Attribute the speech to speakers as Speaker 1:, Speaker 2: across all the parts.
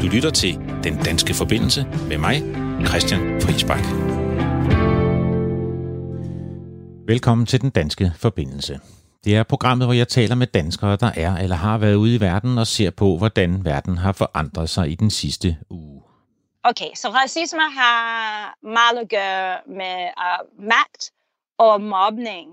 Speaker 1: Du lytter til Den Danske Forbindelse med mig, Christian Friisbach. Velkommen til Den Danske Forbindelse. Det er programmet, hvor jeg taler med danskere, der er eller har været ude i verden og ser på, hvordan verden har forandret sig i den sidste uge.
Speaker 2: Okay, så racisme har meget at gøre med magt og mobning.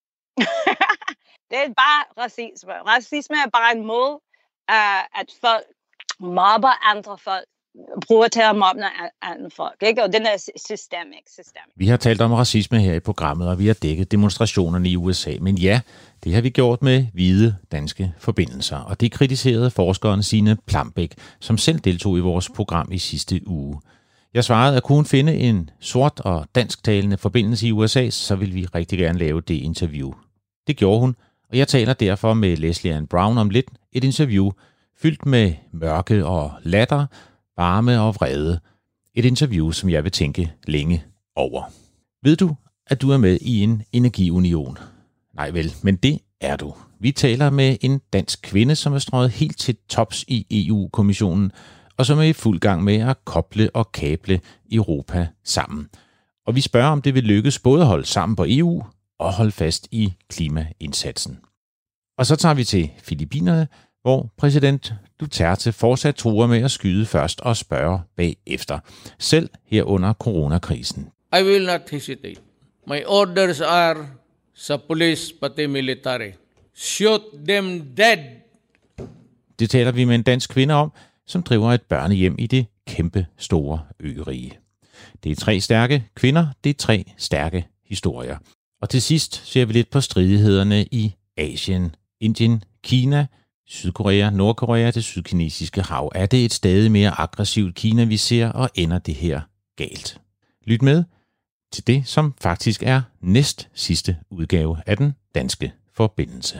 Speaker 2: Det er bare racisme. Racisme er bare en måde, at folk mobber andre folk, bruger til at mobbe andre folk, ikke? Og den er systemisk.
Speaker 1: Vi har talt om racisme her i programmet, og vi har dækket demonstrationerne i USA. Men ja, det har vi gjort med hvide danske forbindelser. Og det kritiserede forskeren Signe Plambæk, som selv deltog i vores program i sidste uge. Jeg svarede, at kunne hun finde en sort og dansktalende forbindelse i USA, så ville vi rigtig gerne lave det interview. Det gjorde hun, og jeg taler derfor med Leslie Ann Brown om lidt. Et interview fyldt med mørke og latter, varme og vrede. Et interview, som jeg vil tænke længe over. Ved du, at du er med i en energiunion? Nej vel, men det er du. Vi taler med en dansk kvinde, som er strøget helt til tops i EU-kommissionen, og som er i fuld gang med at koble og kable Europa sammen. Og vi spørger, om det vil lykkes både at holde sammen på EU og holde fast i klimaindsatsen. Og så tager vi til Filippinerne, hvor præsident Duterte fortsat truer med at skyde først og spørge bagefter, selv her under coronakrisen.
Speaker 3: I will not hesitate. My orders are sa police pati military. Shoot them dead.
Speaker 1: Det taler vi med en dansk kvinde om, som driver et børnehjem i det kæmpe store øgerige. Det er 3 stærke kvinder, det er 3 stærke historier. Og til sidst ser vi lidt på stridighederne i Asien, Indien, Kina, Sydkorea, Nordkorea, det sydkinesiske hav. Er det et stadig mere aggressivt Kina, vi ser, og ender det her galt? Lyt med til det, som faktisk er næst sidste udgave af Den Danske Forbindelse.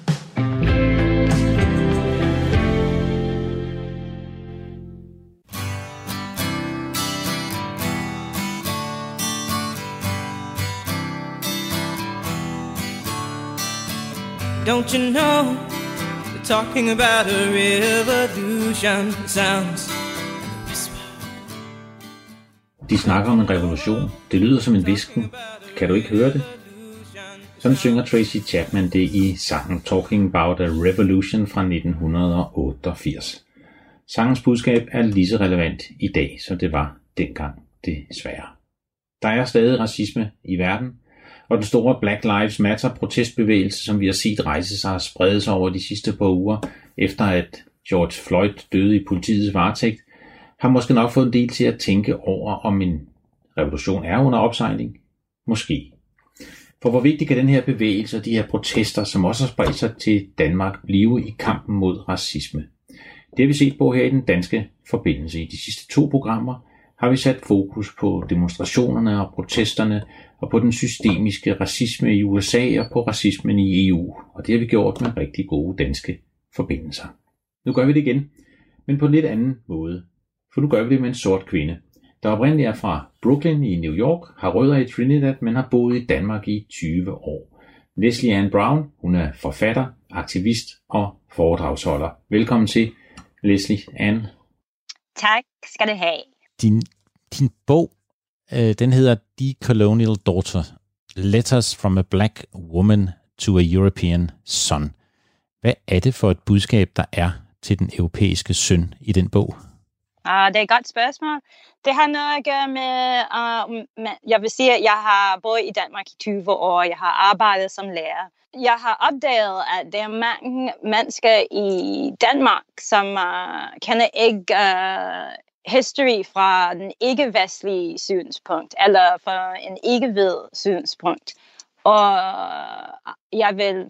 Speaker 4: Don't you know, they're talking about a revolution sounds.
Speaker 1: De snakker om en revolution. Det lyder som en hvisken. Kan du ikke høre det? Sådan synger Tracy Chapman det i sangen Talking About a Revolution fra 1988. Sangens budskab er lige så relevant i dag, som det var dengang, desværre. Der er stadig racisme i verden, og den store Black Lives Matter protestbevægelse, som vi har set rejse sig og sprede sig over de sidste par uger, efter at George Floyd døde i politiets varetægt, har måske nok fået en del til at tænke over, om en revolution er under opsejling. Måske. For hvor vigtig kan den her bevægelse og de her protester, som også har spredt sig til Danmark, blive i kampen mod racisme? Det har vi set på her i Den Danske Forbindelse. I de sidste 2 programmer har vi sat fokus på demonstrationerne og protesterne, og på den systemiske racisme i USA og på racismen i EU. Og det har vi gjort med rigtig gode danske forbindelser. Nu gør vi det igen, men på en lidt anden måde. For nu gør vi det med en sort kvinde, der oprindeligt er fra Brooklyn i New York, har rødder i Trinidad, men har boet i Danmark i 20 år. Leslie Ann Brown, hun er forfatter, aktivist og foredragsholder. Velkommen til, Leslie Ann.
Speaker 2: Tak skal du have.
Speaker 1: Din bog, den hedder Decolonial Daughter, Letters from a Black Woman to a European Son. Hvad er det for et budskab, der er til den europæiske søn i den bog?
Speaker 2: Det er et godt spørgsmål. Det har noget at gøre med, jeg vil sige, at jeg har boet i Danmark i 20 år, jeg har arbejdet som lærer. Jeg har opdaget, at der er mange mennesker i Danmark, som kender ikke history fra den ikke-vestlige synspunkt, eller fra en ikke-hvid synspunkt. Og jeg vil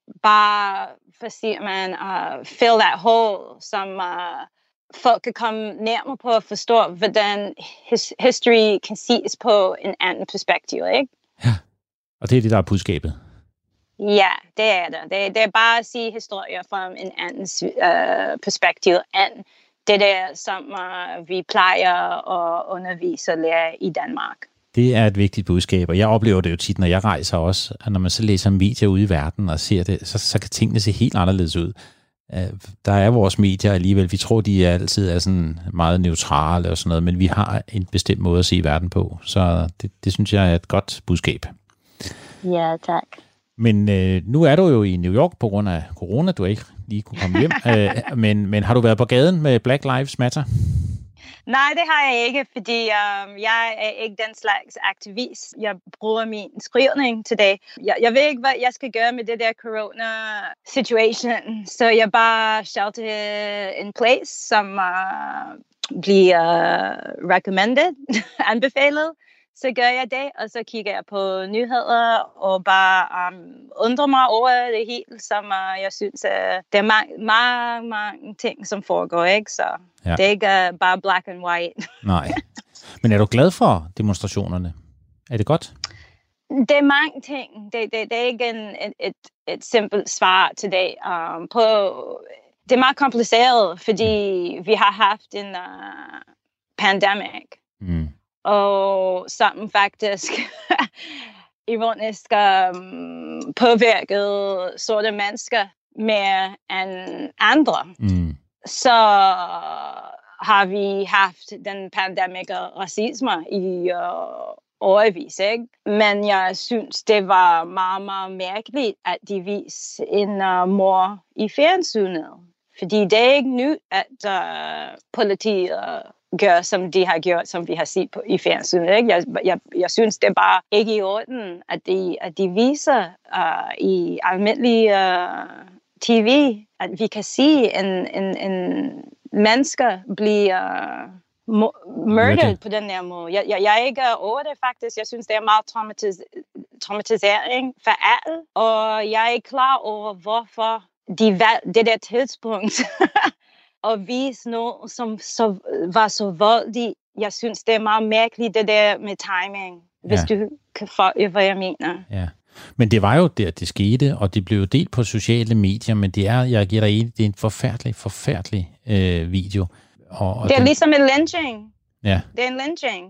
Speaker 2: bare sige, at man fill that hole, som folk kan komme nærmere på at forstå, hvordan history kan ses på en anden perspektiv, ikke?
Speaker 1: Ja, og det er det, der er budskabet.
Speaker 2: Ja, det er det. Det er bare at sige historier fra en anden perspektiv end det der, som vi plejer at undervise og lære i Danmark.
Speaker 1: Det er et vigtigt budskab, og jeg oplever det jo tit, når jeg rejser også, at når man så læser medier ude i verden og ser det, så kan tingene se helt anderledes ud. der er vores medier alligevel, vi tror, de altid er sådan meget neutrale og sådan noget, men vi har en bestemt måde at se verden på, så det synes jeg er et godt budskab.
Speaker 2: Ja, tak.
Speaker 1: Men nu er du jo i New York på grund af corona, du ikke lige kunne komme hjem, men har du været på gaden med Black Lives Matter?
Speaker 2: Nej, det har jeg ikke, fordi jeg er ikke den slags aktivist. Jeg bruger min skrivning til det. Jeg ved ikke, hvad jeg skal gøre med det der corona-situation, så jeg bare shelter in place, som bliver recommended, anbefalet. Så gør jeg det, og så kigger jeg på nyheder og bare undrer mig over det hele, som jeg synes, der er mange ting, som foregår, ikke? Så ja. Det er ikke bare black and white. Nej.
Speaker 1: Men er du glad for demonstrationerne? Er det godt?
Speaker 2: Det er mange ting. Det er ikke et simpelt svar til det. Det er meget kompliceret, fordi vi har haft en pandemic. Mm. Og som faktisk ironisk påvirket sorte mennesker mere end andre. Mm. Så har vi haft den pandemik og racisme i årevis, ikke? Men jeg synes, det var meget, meget mærkeligt, at de viste en mor i fjernsynet. Fordi det er ikke nyt, at politiet gør, som de har gjort, som vi har set på i fjernsynet. Ikke? Jeg synes, det er bare ikke i orden, at de viser i almindelig tv, at vi kan se en menneske blive murdered på den her måde. Jeg er ikke over det, faktisk. Jeg synes, det er meget traumatisering for alle, og jeg er ikke klar over, hvorfor de valgte det der tidspunkt og vise noget, som var så voldeligt. Jeg synes, det er meget mærkeligt, det der med timing, hvis du kan få, hvad jeg mener. Ja.
Speaker 1: Men det var jo der, det skete, og det blev delt på sociale medier, men det er, jeg giver dig enig, det er en forfærdelig video. Og
Speaker 2: det er ligesom en lynching.
Speaker 1: Ja.
Speaker 2: Det er en lynching.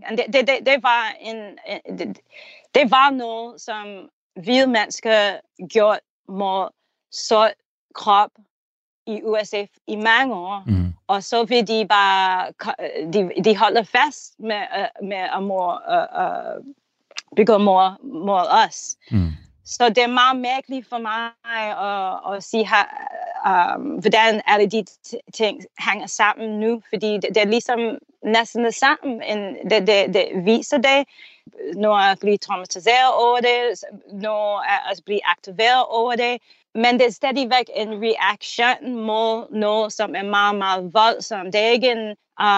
Speaker 2: Det var noget, som hvide mennesker gjorde mod sort krop i USA i mange år. Mm. Og så vil de bare, de holder fast med at begå mod os. Mm. Så det er meget mærkeligt for mig at sige, hvordan alle de ting hænger sammen nu, fordi det er ligesom næsten det samme. Det viser det, når jeg bliver traumatiseret over det, når jeg bliver aktiveret over det, men det er stadigvæk en reaktion mod noget, som er meget, meget voldsomt. Det er ikke en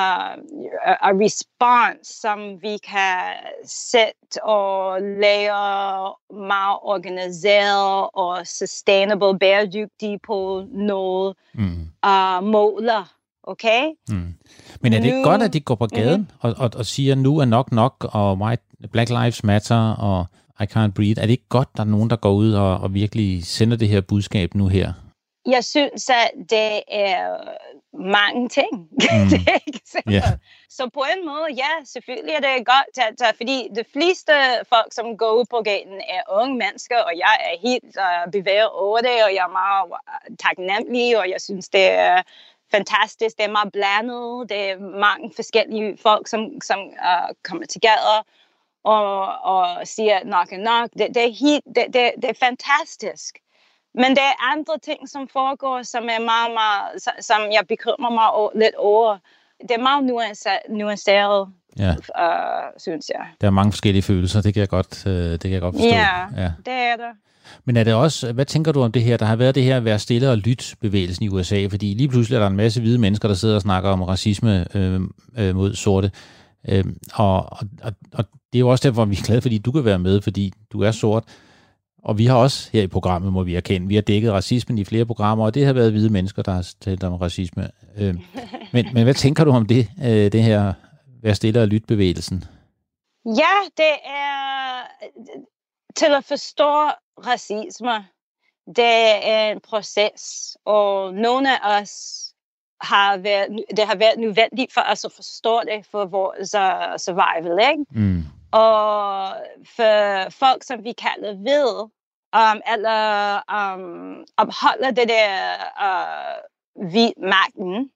Speaker 2: respons, som vi kan sætte og lave meget organiseret og sustainable, bæredygtig på noget måler. Okay? Mm.
Speaker 1: Men er det ikke godt, at de går på gaden og siger, nu er nok, og Black Lives Matter, og I Can't Breathe? Er det ikke godt, der er nogen, der går ud og virkelig sender det her budskab nu her?
Speaker 2: Jeg synes, at det er mange ting. Det er ikke sikkert. Yeah. Så på en måde, ja, selvfølgelig er det godt, fordi de fleste folk, som går ud på gaden, er unge mennesker, og jeg er helt bevæget over det, og jeg er meget taknemmelig, og jeg synes, det er fantastisk. Det er meget blandet. Det er mange forskellige folk, som kommer together og siger nok. Det er fantastisk. Men der er andre ting, som foregår, som er meget, meget, som jeg bekymrer mig lidt over. Det er meget nuanceret, synes jeg.
Speaker 1: Der er mange forskellige følelser, det kan jeg godt forstå.
Speaker 2: Ja, det er der.
Speaker 1: Men er det også, hvad tænker du om det her? Der har været det her være stille og lyt bevægelsen i USA, fordi lige pludselig er der en masse hvide mennesker, der sidder og snakker om racisme mod sorte. Og det er jo også derfor, vi er glade, fordi du kan være med, fordi du er sort. Og vi har også her i programmet, må vi erkende, vi har dækket racismen i flere programmer, og det har været hvide mennesker, der har talt om racisme. Men hvad tænker du om det her være stille og lyt bevægelsen?
Speaker 2: Ja, det er til at forstå racisme. Det er en proces, og nogle af os det har været nødvendigt for os at forstå det for vores survival, ikke? Mm. Og for folk, som vi kalder hvide, eller opholder det der hvid magten.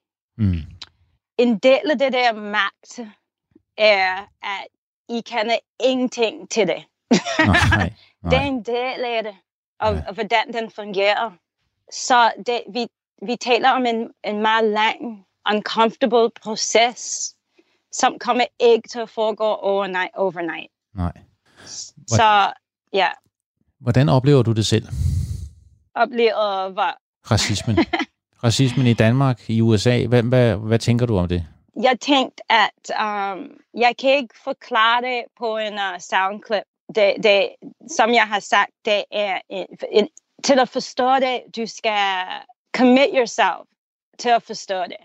Speaker 2: En del af det der magt er, at I kender ingenting til det.
Speaker 1: Nej.
Speaker 2: Det er en del af det, og hvordan den fungerer. Så vi taler om en meget lang, uncomfortable proces, som kommer ikke til at foregå overnight.
Speaker 1: Nej.
Speaker 2: Så, ja.
Speaker 1: Hvordan oplever du det selv?
Speaker 2: Oplever hvad?
Speaker 1: Racismen. Racismen i Danmark, i USA. Hvad tænker du om det?
Speaker 2: Jeg tænkte, at jeg kan ikke forklare det på en soundclip. Det, som jeg har sagt, det er til at forstå det, du skal commit yourself til at forstå det.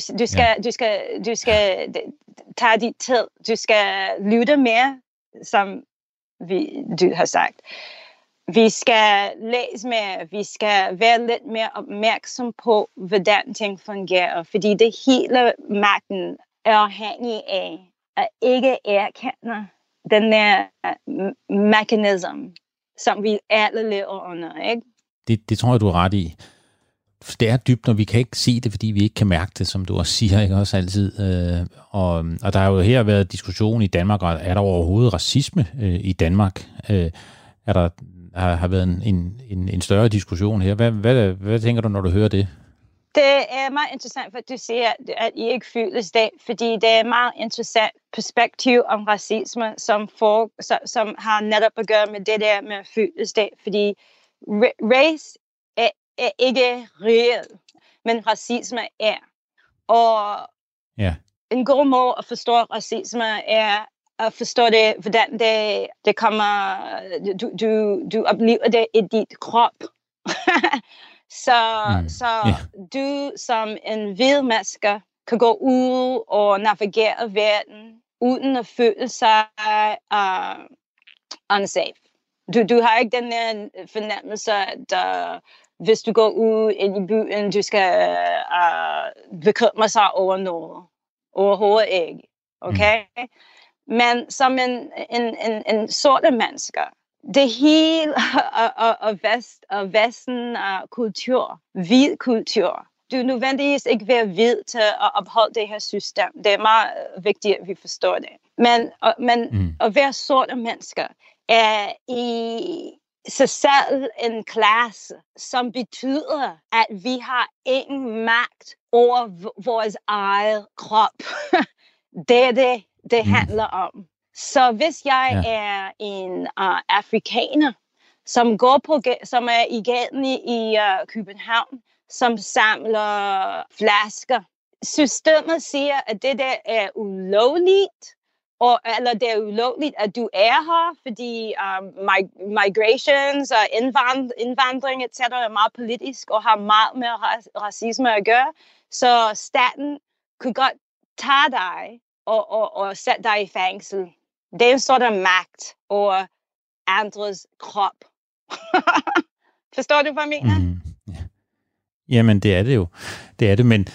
Speaker 2: Du skal tage dit tid. Du skal lytte mere, som du har sagt. Vi skal læse mere. Vi skal være lidt mere opmærksom på, hvordan ting fungerer. Fordi det hele magten er afhængig af at ikke erkende den der mekanisme, som vi alle lever under, ikke?
Speaker 1: Det tror jeg, du har ret i. Det er dybt, når vi kan ikke se det, fordi vi ikke kan mærke det, som du også siger, ikke også altid. Og der har jo her været diskussion i Danmark, og er der overhovedet racisme i Danmark? Har været en større diskussion her. Hvad tænker du, når du hører det?
Speaker 2: Det er meget interessant, at du siger, at I ikke føles det, fordi det er et meget interessant perspektiv om racisme, som har netop at gøre med det der med at føles det, fordi race er ikke reelt, men racisme er. Og en god måde at forstå racisme er at forstå det, hvordan det kommer, du oplever det i dit krop. Så du som en hvid menneske kan gå ud og navigere verden uden at føle sig unsafe. Du har ikke den der fornemmelse, at hvis du går ud ind i byen, du skal bekymre sig over noget. Overhovedet ikke. Okay? Men som en sorte menneske, det hele og vesten kultur, hvid kultur, du nødvendigvis ikke være hvid til at opholde det her system. Det er meget vigtigt, at vi forstår det. Men at være sorte mennesker er i sig selv en klasse, som betyder, at vi har ingen magt over vores eget krop. Det er det handler om. Så hvis jeg er en afrikaner, som er i gaden i København, som samler flasker, systemet siger, at det der er ulovligt, eller det er ulovligt, at du er her, fordi migrations og indvandring, etc. er meget politisk og har meget med racisme at gøre. Så staten kunne godt tage dig og sætte dig i fængsel. Det er en sådan magt over andres krop. Forstår du, hvad jeg mener?
Speaker 1: Jamen, det er det jo. Det er det, men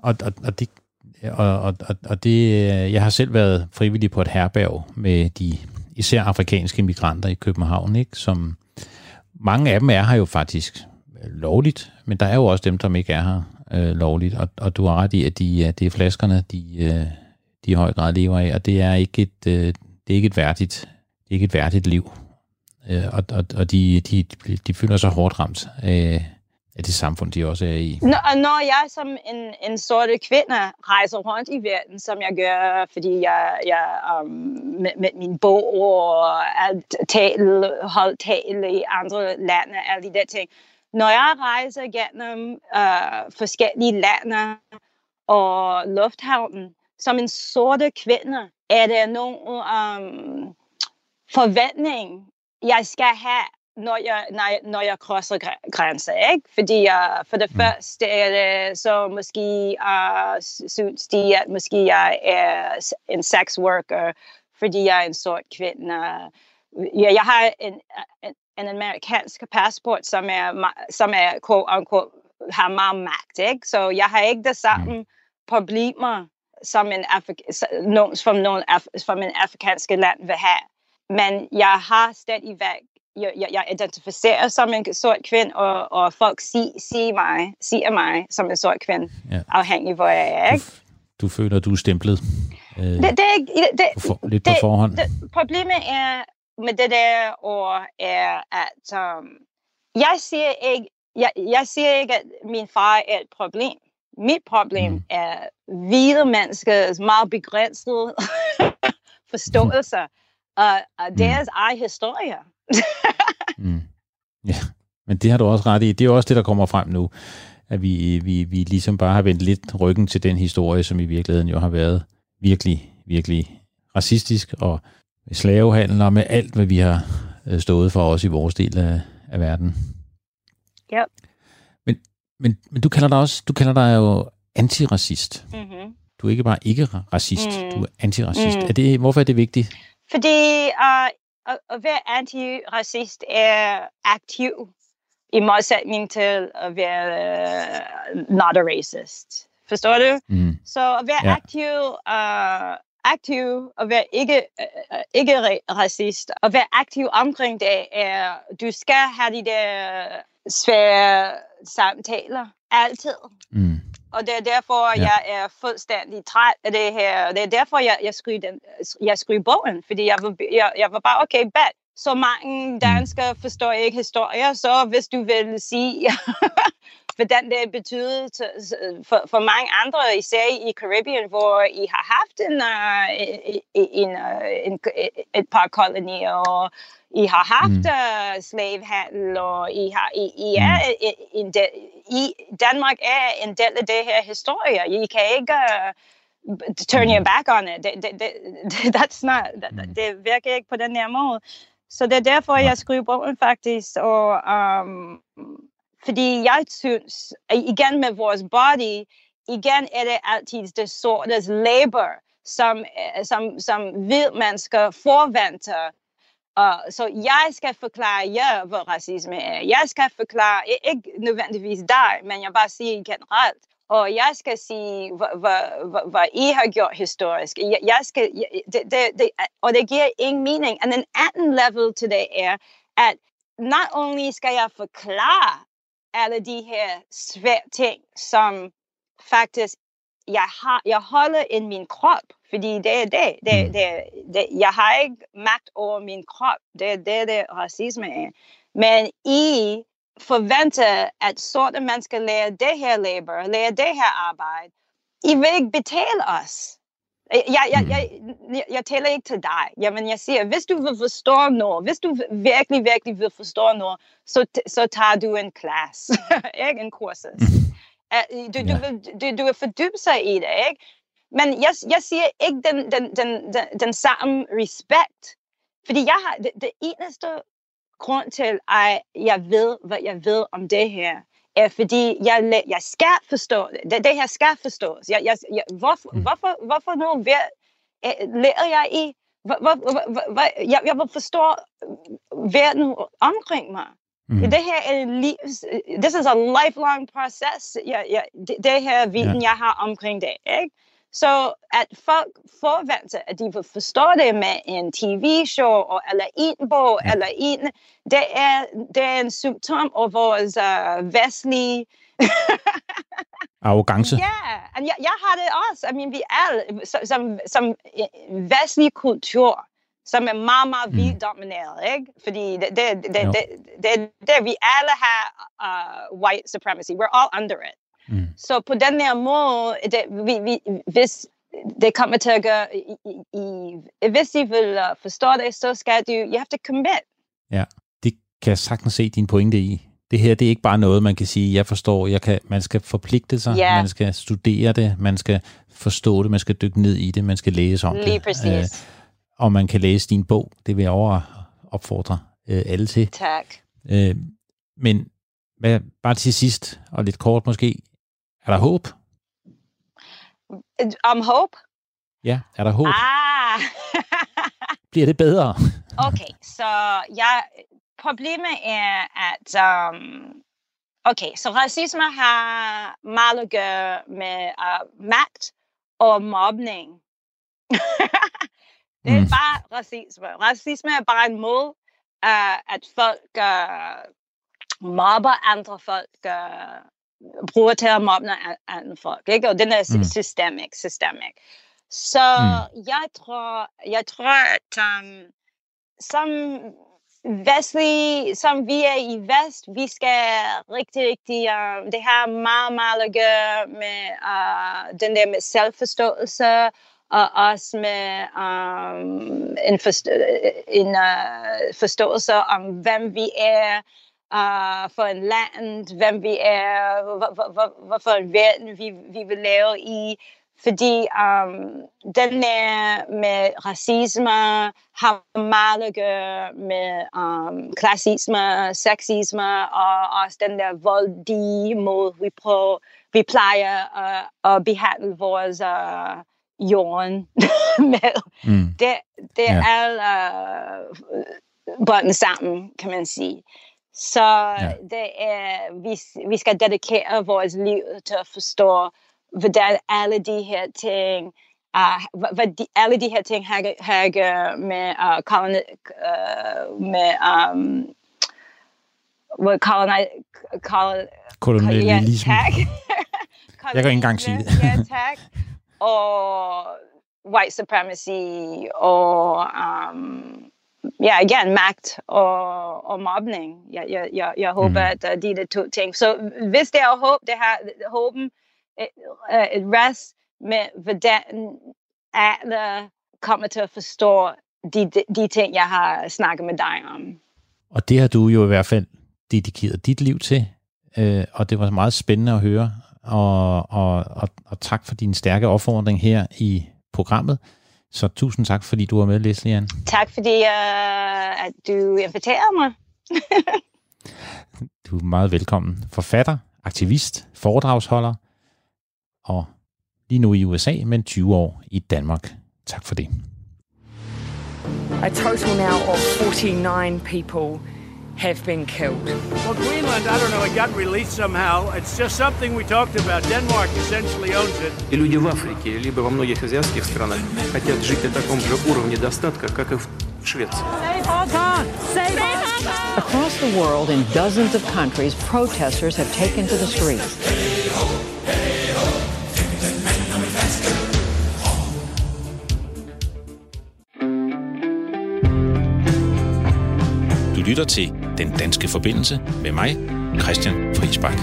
Speaker 1: jeg har selv været frivillig på et herberg med de især afrikanske migranter i København, ikke? Som mange af dem er her jo faktisk lovligt, men der er jo også dem, som ikke er her lovligt, og du har ret i, at det er flaskerne, de i høj grad lever af, og det er ikke et værdigt liv. Og de føler sig hårdt ramt af det samfund, de også er i.
Speaker 2: Når jeg som en sorte kvinde rejser rundt i verden, som jeg gør, fordi jeg med min bog og holdt tale i andre lande, alle de der ting. Når jeg rejser gennem forskellige lande og lufthavnen, som en sorte kvinde, er der nogen forventning, jeg skal have, når jeg krydser grænser, ikke? Fordi for det første er det så måske synes de, at måske jeg er en sex worker, fordi jeg er en sort kvinde. Jeg har en amerikansk passport, som er quote unquote, har meget magt, ikke? Så jeg har ikke det samme problemer, som en afrikanske land vil have. Men jeg har stadigvæk, jeg identificerer som en sort kvinde, og folk siger mig som en sort kvinde, afhængig hvor jeg er, ikke?
Speaker 1: Du føler, du er stemplet lidt på forhånd.
Speaker 2: Problemet er med det der ord er, at jeg siger ikke, at min far er et problem. Mit problem er hvide menneskers meget begrænsede forståelser af deres egen historie.
Speaker 1: Ja, men det har du også ret i. Det er også det, der kommer frem nu, at vi ligesom bare har vendt lidt ryggen til den historie, som i virkeligheden jo har været virkelig, virkelig racistisk, og med slavehandel og med alt, hvad vi har stået for også i vores del af verden.
Speaker 2: Ja.
Speaker 1: Men du kalder dig jo antiracist.
Speaker 2: Mm-hmm.
Speaker 1: Du er ikke bare ikke-racist, du er antiracist. Hvorfor er det vigtigt?
Speaker 2: Fordi at være antiracist er aktiv, i modsætning til at være not a racist. Forstår du? Så at være aktiv og være ikke racist, og være aktiv omkring det er, du skal have de der svære samtaler altid. Og det er derfor, jeg er fuldstændig træt af det her. Det er derfor, jeg skrev bogen, fordi jeg var bare, okay, bad. Så mange danskere forstår ikke historier, så hvis du vil sige, hvordan det betyder for mange andre, især i Caribbean, hvor I har haft et par kolonier, og I har haft slavehandel, og Danmark er en del af det her historie. I kan ikke turn your back on it. Det virker ikke på den her måde. Så det er derfor, jeg skriver bogen faktisk. Og, fordi jeg synes, igen med vores body, igen er det altid det sortes labor, som hvide mennesker forventer. Så jeg skal forklare jer, hvad racisme er. Jeg skal forklare, ikke nødvendigvis dig, men jeg bare siger generelt. Og jeg skal sige, hvad I har gjort historisk. Og det giver ingen mening. Og den anden level til det er, at not only skal jeg forklare alle de her svære ting, som faktisk jeg holder i min krop, fordi det er det. Jeg har ikke magt over min krop. Det er det racisme er. Men I forventer, at sorte mennesker lærer det her labor, lærer det her arbejde. I vil ikke betale os. Jeg taler ikke til dig. Jamen, jeg siger, hvis du vil forstå noget, hvis du virkelig, virkelig vil forstå noget, så tager du en klasse, ikke en kursus. Du vil fordybe sig i det, ikke? Men jeg siger ikke den samme respekt. Fordi jeg har det eneste grund til, at jeg ved, hvad jeg ved om det her, er fordi jeg skal forstå det. Det her skal forstås. Hvorfor nu lærer jeg i? Jeg vil forstå verden omkring mig. Det her er this is a lifelong process. Det her viden, jeg har omkring det, ikke? Så at folk forventer, at de vil forstå det med en tv-show, eller en bog, eller det er en symptom af vores vestlige
Speaker 1: arrogance.
Speaker 2: Ja, og jeg har det også. Vi alle, som vestlig kultur, som er meget, meget vildt domineret, ikke? Fordi det vi alle har white supremacy. We're all under it. Så på den her måde, hvis det kommer til at gøre, hvis I vil forstå det, så skal you have to commit.
Speaker 1: Ja, det kan jeg sagtens se din pointe i. Det her, det er ikke bare noget, man kan sige, jeg forstår, man skal forpligte sig, man skal studere det, man skal forstå det, man skal dykke ned i det, man skal læse om
Speaker 2: lige præcis.
Speaker 1: Og man kan læse din bog, det vil jeg opfordre alle til.
Speaker 2: Tak.
Speaker 1: Men bare til sidst, og lidt kort måske, er der håb?
Speaker 2: Om håb?
Speaker 1: Ja, er der håb? Bliver det bedre?
Speaker 2: Okay, så problemet er, at så racisme har meget at gøre med magt og mobning. Det er bare racisme. Racisme er bare en måde at folk mobber andre folk, bruger til at mobbe andre folk, ikke? Og den er systemic. Så jeg tror, at som vi er i vest, vi skal rigtig, det har meget at gøre med den der med selvforståelse, og også med en forståelse om, hvem vi er for en land, hvem vi er, hvorfor en verden vi vil lave i. Fordi den der med racisme har meget at gøre med klassisme, sexisme og også den der voldige måde, vi plejer at behandle vores jorden med. Det er alle båndene sammen, kan man sige. Så vi skal dedikere vores liv til at forstå, hvordan alle de her ting, alle de her ting har at gøre med
Speaker 5: kolonialisme. Jeg kan ikke engang sige det.
Speaker 2: Og white supremacy og igen magt og mobning. Jeg håber, at de er to ting. Så hvis det er håb, det har håben et rest med, hvordan alle kommer til at forstå de ting, jeg har snakket med dig om.
Speaker 5: Og det har du jo i hvert fald dedikeret dit liv til, og det var meget spændende at høre, og tak for din stærke opfordring her i programmet. Så tusind tak, fordi du var med, Leslie Ann.
Speaker 2: Tak, fordi at du inviterede mig.
Speaker 5: Du er meget velkommen. Forfatter, aktivist, foredragsholder, og lige nu i USA, men 20 år i Danmark. Tak for det.
Speaker 6: A total now of 49 people have been killed.
Speaker 7: Well, Greenland, I don't know, it got released somehow. It's just something we talked about. Denmark essentially owns it.
Speaker 8: И люди в Африке, либо во многих азиатских странах хотят жить на таком же уровне достатка, как и в Швеции.
Speaker 9: Across the world, in dozens of countries, protesters have taken to the streets.
Speaker 5: Du lytter til Den Danske Forbindelse med mig, Christian Friisbach.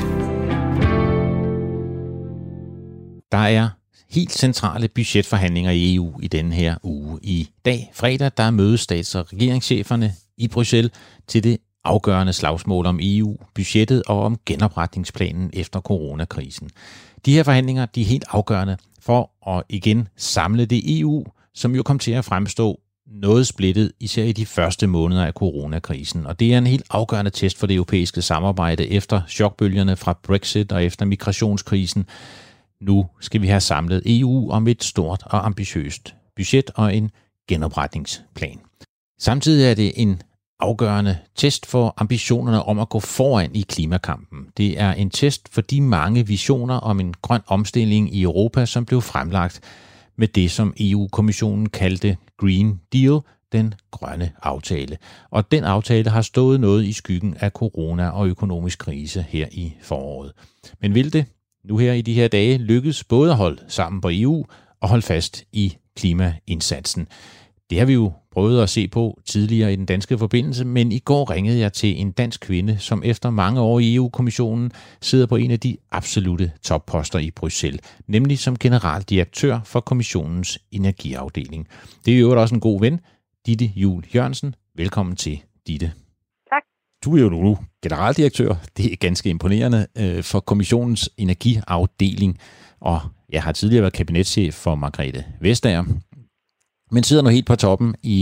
Speaker 5: Der er helt centrale budgetforhandlinger i EU i denne her uge. I dag, fredag, der mødes stats- og regeringscheferne i Bruxelles til det afgørende slagsmål om EU, budgettet og om genopretningsplanen efter coronakrisen. De her forhandlinger, de er helt afgørende for at igen samle det EU, som jo kom til at fremstå noget splittet, især i de første måneder af coronakrisen. Og det er en helt afgørende test for det europæiske samarbejde efter chokbølgerne fra Brexit og efter migrationskrisen. Nu skal vi have samlet EU om et stort og ambitiøst budget og en genopretningsplan. Samtidig er det en afgørende test for ambitionerne om at gå foran i klimakampen. Det er en test for de mange visioner om en grøn omstilling i Europa, som blev fremlagt med det, som EU-kommissionen kaldte Green Deal, den grønne aftale. Og den aftale har stået noget i skyggen af corona og økonomisk krise her i foråret. Men vil det nu her i de her dage lykkes både at holde sammen på EU og holde fast i klimaindsatsen? Det har vi jo prøvet at se på tidligere i den danske forbindelse, men i går ringede jeg til en dansk kvinde, som efter mange år i EU-kommissionen sidder på en af de absolute topposter i Bruxelles, nemlig som generaldirektør for kommissionens energiafdeling. Det er jo også en god ven, Ditte Juul Jørgensen. Velkommen til, Ditte.
Speaker 10: Tak.
Speaker 5: Du er jo nu generaldirektør. Det er ganske imponerende for kommissionens energiafdeling, og jeg har tidligere været kabinetschef for Margrethe Vestager, men sidder nu helt på toppen i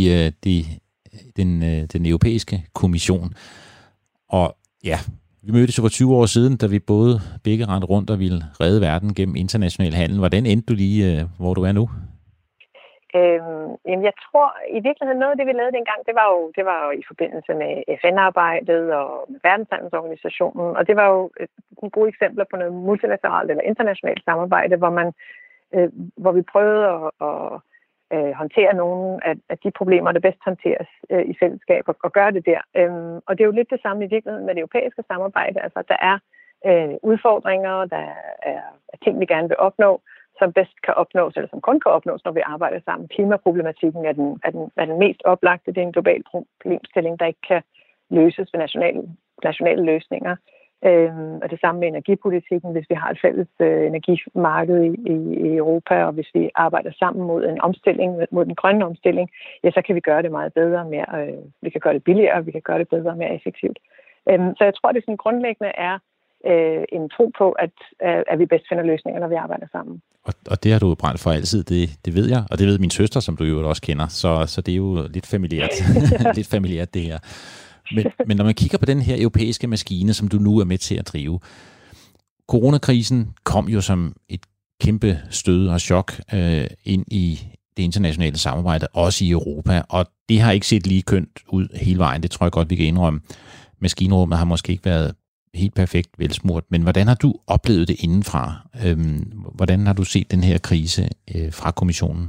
Speaker 5: den europæiske kommission. Og ja, vi mødtes jo for 20 år siden, da vi begge rendte rundt og ville redde verden gennem international handel. Hvordan endte du lige, hvor du er nu?
Speaker 10: Jeg tror i virkeligheden noget af det, vi lavede dengang, det var jo i forbindelse med FN-arbejdet og med Verdenshandelsorganisationen. Og det var jo nogle gode eksempler på noget multilateralt eller internationalt samarbejde, hvor vi prøvede håndtere nogle af de problemer, der bedst håndteres i fællesskab og gøre det der. Og det er jo lidt det samme i virkeligheden med det europæiske samarbejde. Altså, der er udfordringer, der er ting, vi gerne vil opnå, som bedst kan opnås, eller som kun kan opnås, når vi arbejder sammen. Klimaproblematikken er den mest oplagte. Det er en global problemstilling, der ikke kan løses ved nationale løsninger. Og det samme med energipolitikken. Hvis vi har et fælles energimarked i Europa, og hvis vi arbejder sammen mod en omstilling, mod den grønne omstilling, ja, så kan vi gøre det meget bedre, vi kan gøre det billigere, vi kan gøre det bedre og mere effektivt. Så jeg tror, det sådan grundlæggende er en tro på, at vi bedst finder løsninger, når vi arbejder sammen.
Speaker 5: Og det har du brændt for altid, det ved jeg, og det ved min søster, som du jo også kender, så det er jo lidt familiært, lidt familiært det her. Men når man kigger på den her europæiske maskine, som du nu er med til at drive, coronakrisen kom jo som et kæmpe stød og chok ind i det internationale samarbejde, også i Europa, og det har ikke set lige kønt ud hele vejen, det tror jeg godt, vi kan indrømme. Maskinrummet har måske ikke været helt perfekt velsmurt, men hvordan har du oplevet det indenfra? Hvordan har du set den her krise fra kommissionen?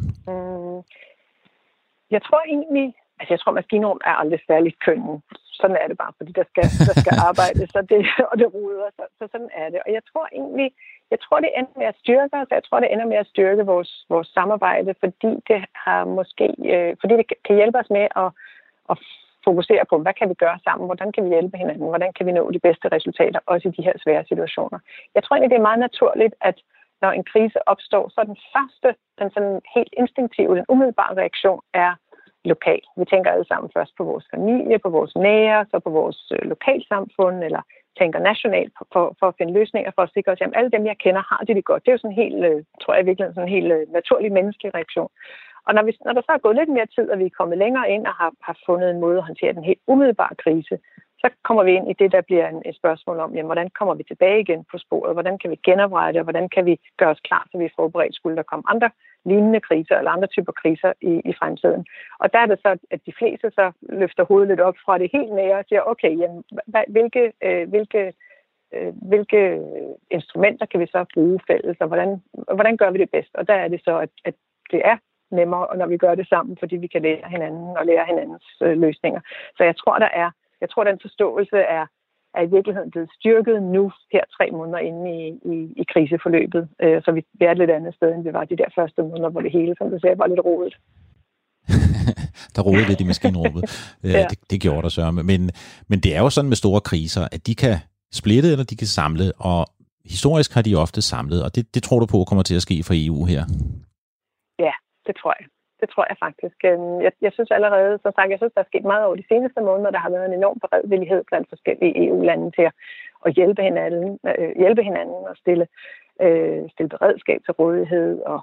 Speaker 10: Jeg tror egentlig, at maskinrum er aldrig særligt kønnen. Sådan er det bare, fordi der skal arbejdes, og det ruder, så sådan er det. Og jeg tror det ender med at styrke os. Jeg tror, det ender med at styrke vores samarbejde, fordi det kan hjælpe os med at fokusere på, hvad kan vi gøre sammen, hvordan kan vi hjælpe hinanden, hvordan kan vi nå de bedste resultater, også i de her svære situationer. Jeg tror egentlig, det er meget naturligt, at når en krise opstår, så den sådan helt instinktive, den umiddelbare reaktion er lokal. Vi tænker alle sammen først på vores familie, på vores nære, så på vores lokalsamfund, eller tænker nationalt for at finde løsninger, for at sikre os, at alle dem, jeg kender, har det godt. Det er jo sådan helt, tror jeg virkelig, sådan en helt naturlig menneskelig reaktion. Og når der så er gået lidt mere tid, og vi er kommet længere ind og har fundet en måde at håndtere den helt umiddelbare krise, så kommer vi ind i det, der bliver et spørgsmål om, jamen, hvordan kommer vi tilbage igen på sporet? Hvordan kan vi genoprette, og hvordan kan vi gøre os klar, så vi er forberedt, skulle der komme andre lignende kriser eller andre typer kriser i fremtiden. Og der er det så, at de fleste så løfter hovedet lidt op fra det helt nære og siger, okay, jamen, hvilke instrumenter kan vi så bruge fælles, og hvordan gør vi det bedst? Og der er det så, at det er nemmere, når vi gør det sammen, fordi vi kan lære hinanden og lære hinandens løsninger. Så jeg tror, den forståelse er i virkeligheden blevet styrket nu her 3 måneder inde i kriseforløbet. Så vi er et lidt andet sted, end vi var de der første måneder, hvor det hele, som du sagde, var lidt rodet.
Speaker 5: Der rodede lidt i maskinrummet. Ja. Det gjorde der så. Men det er jo sådan med store kriser, at de kan splitte, eller de kan samle, og historisk har de ofte samlet, og det tror du på kommer til at ske for EU her?
Speaker 10: Ja, det tror jeg. Det tror jeg faktisk. Jeg synes allerede, som sagt, der er sket meget over de seneste måneder. Der har været en enorm beredvillighed blandt forskellige EU-lande til at hjælpe hinanden og stille beredskab til rådighed. Og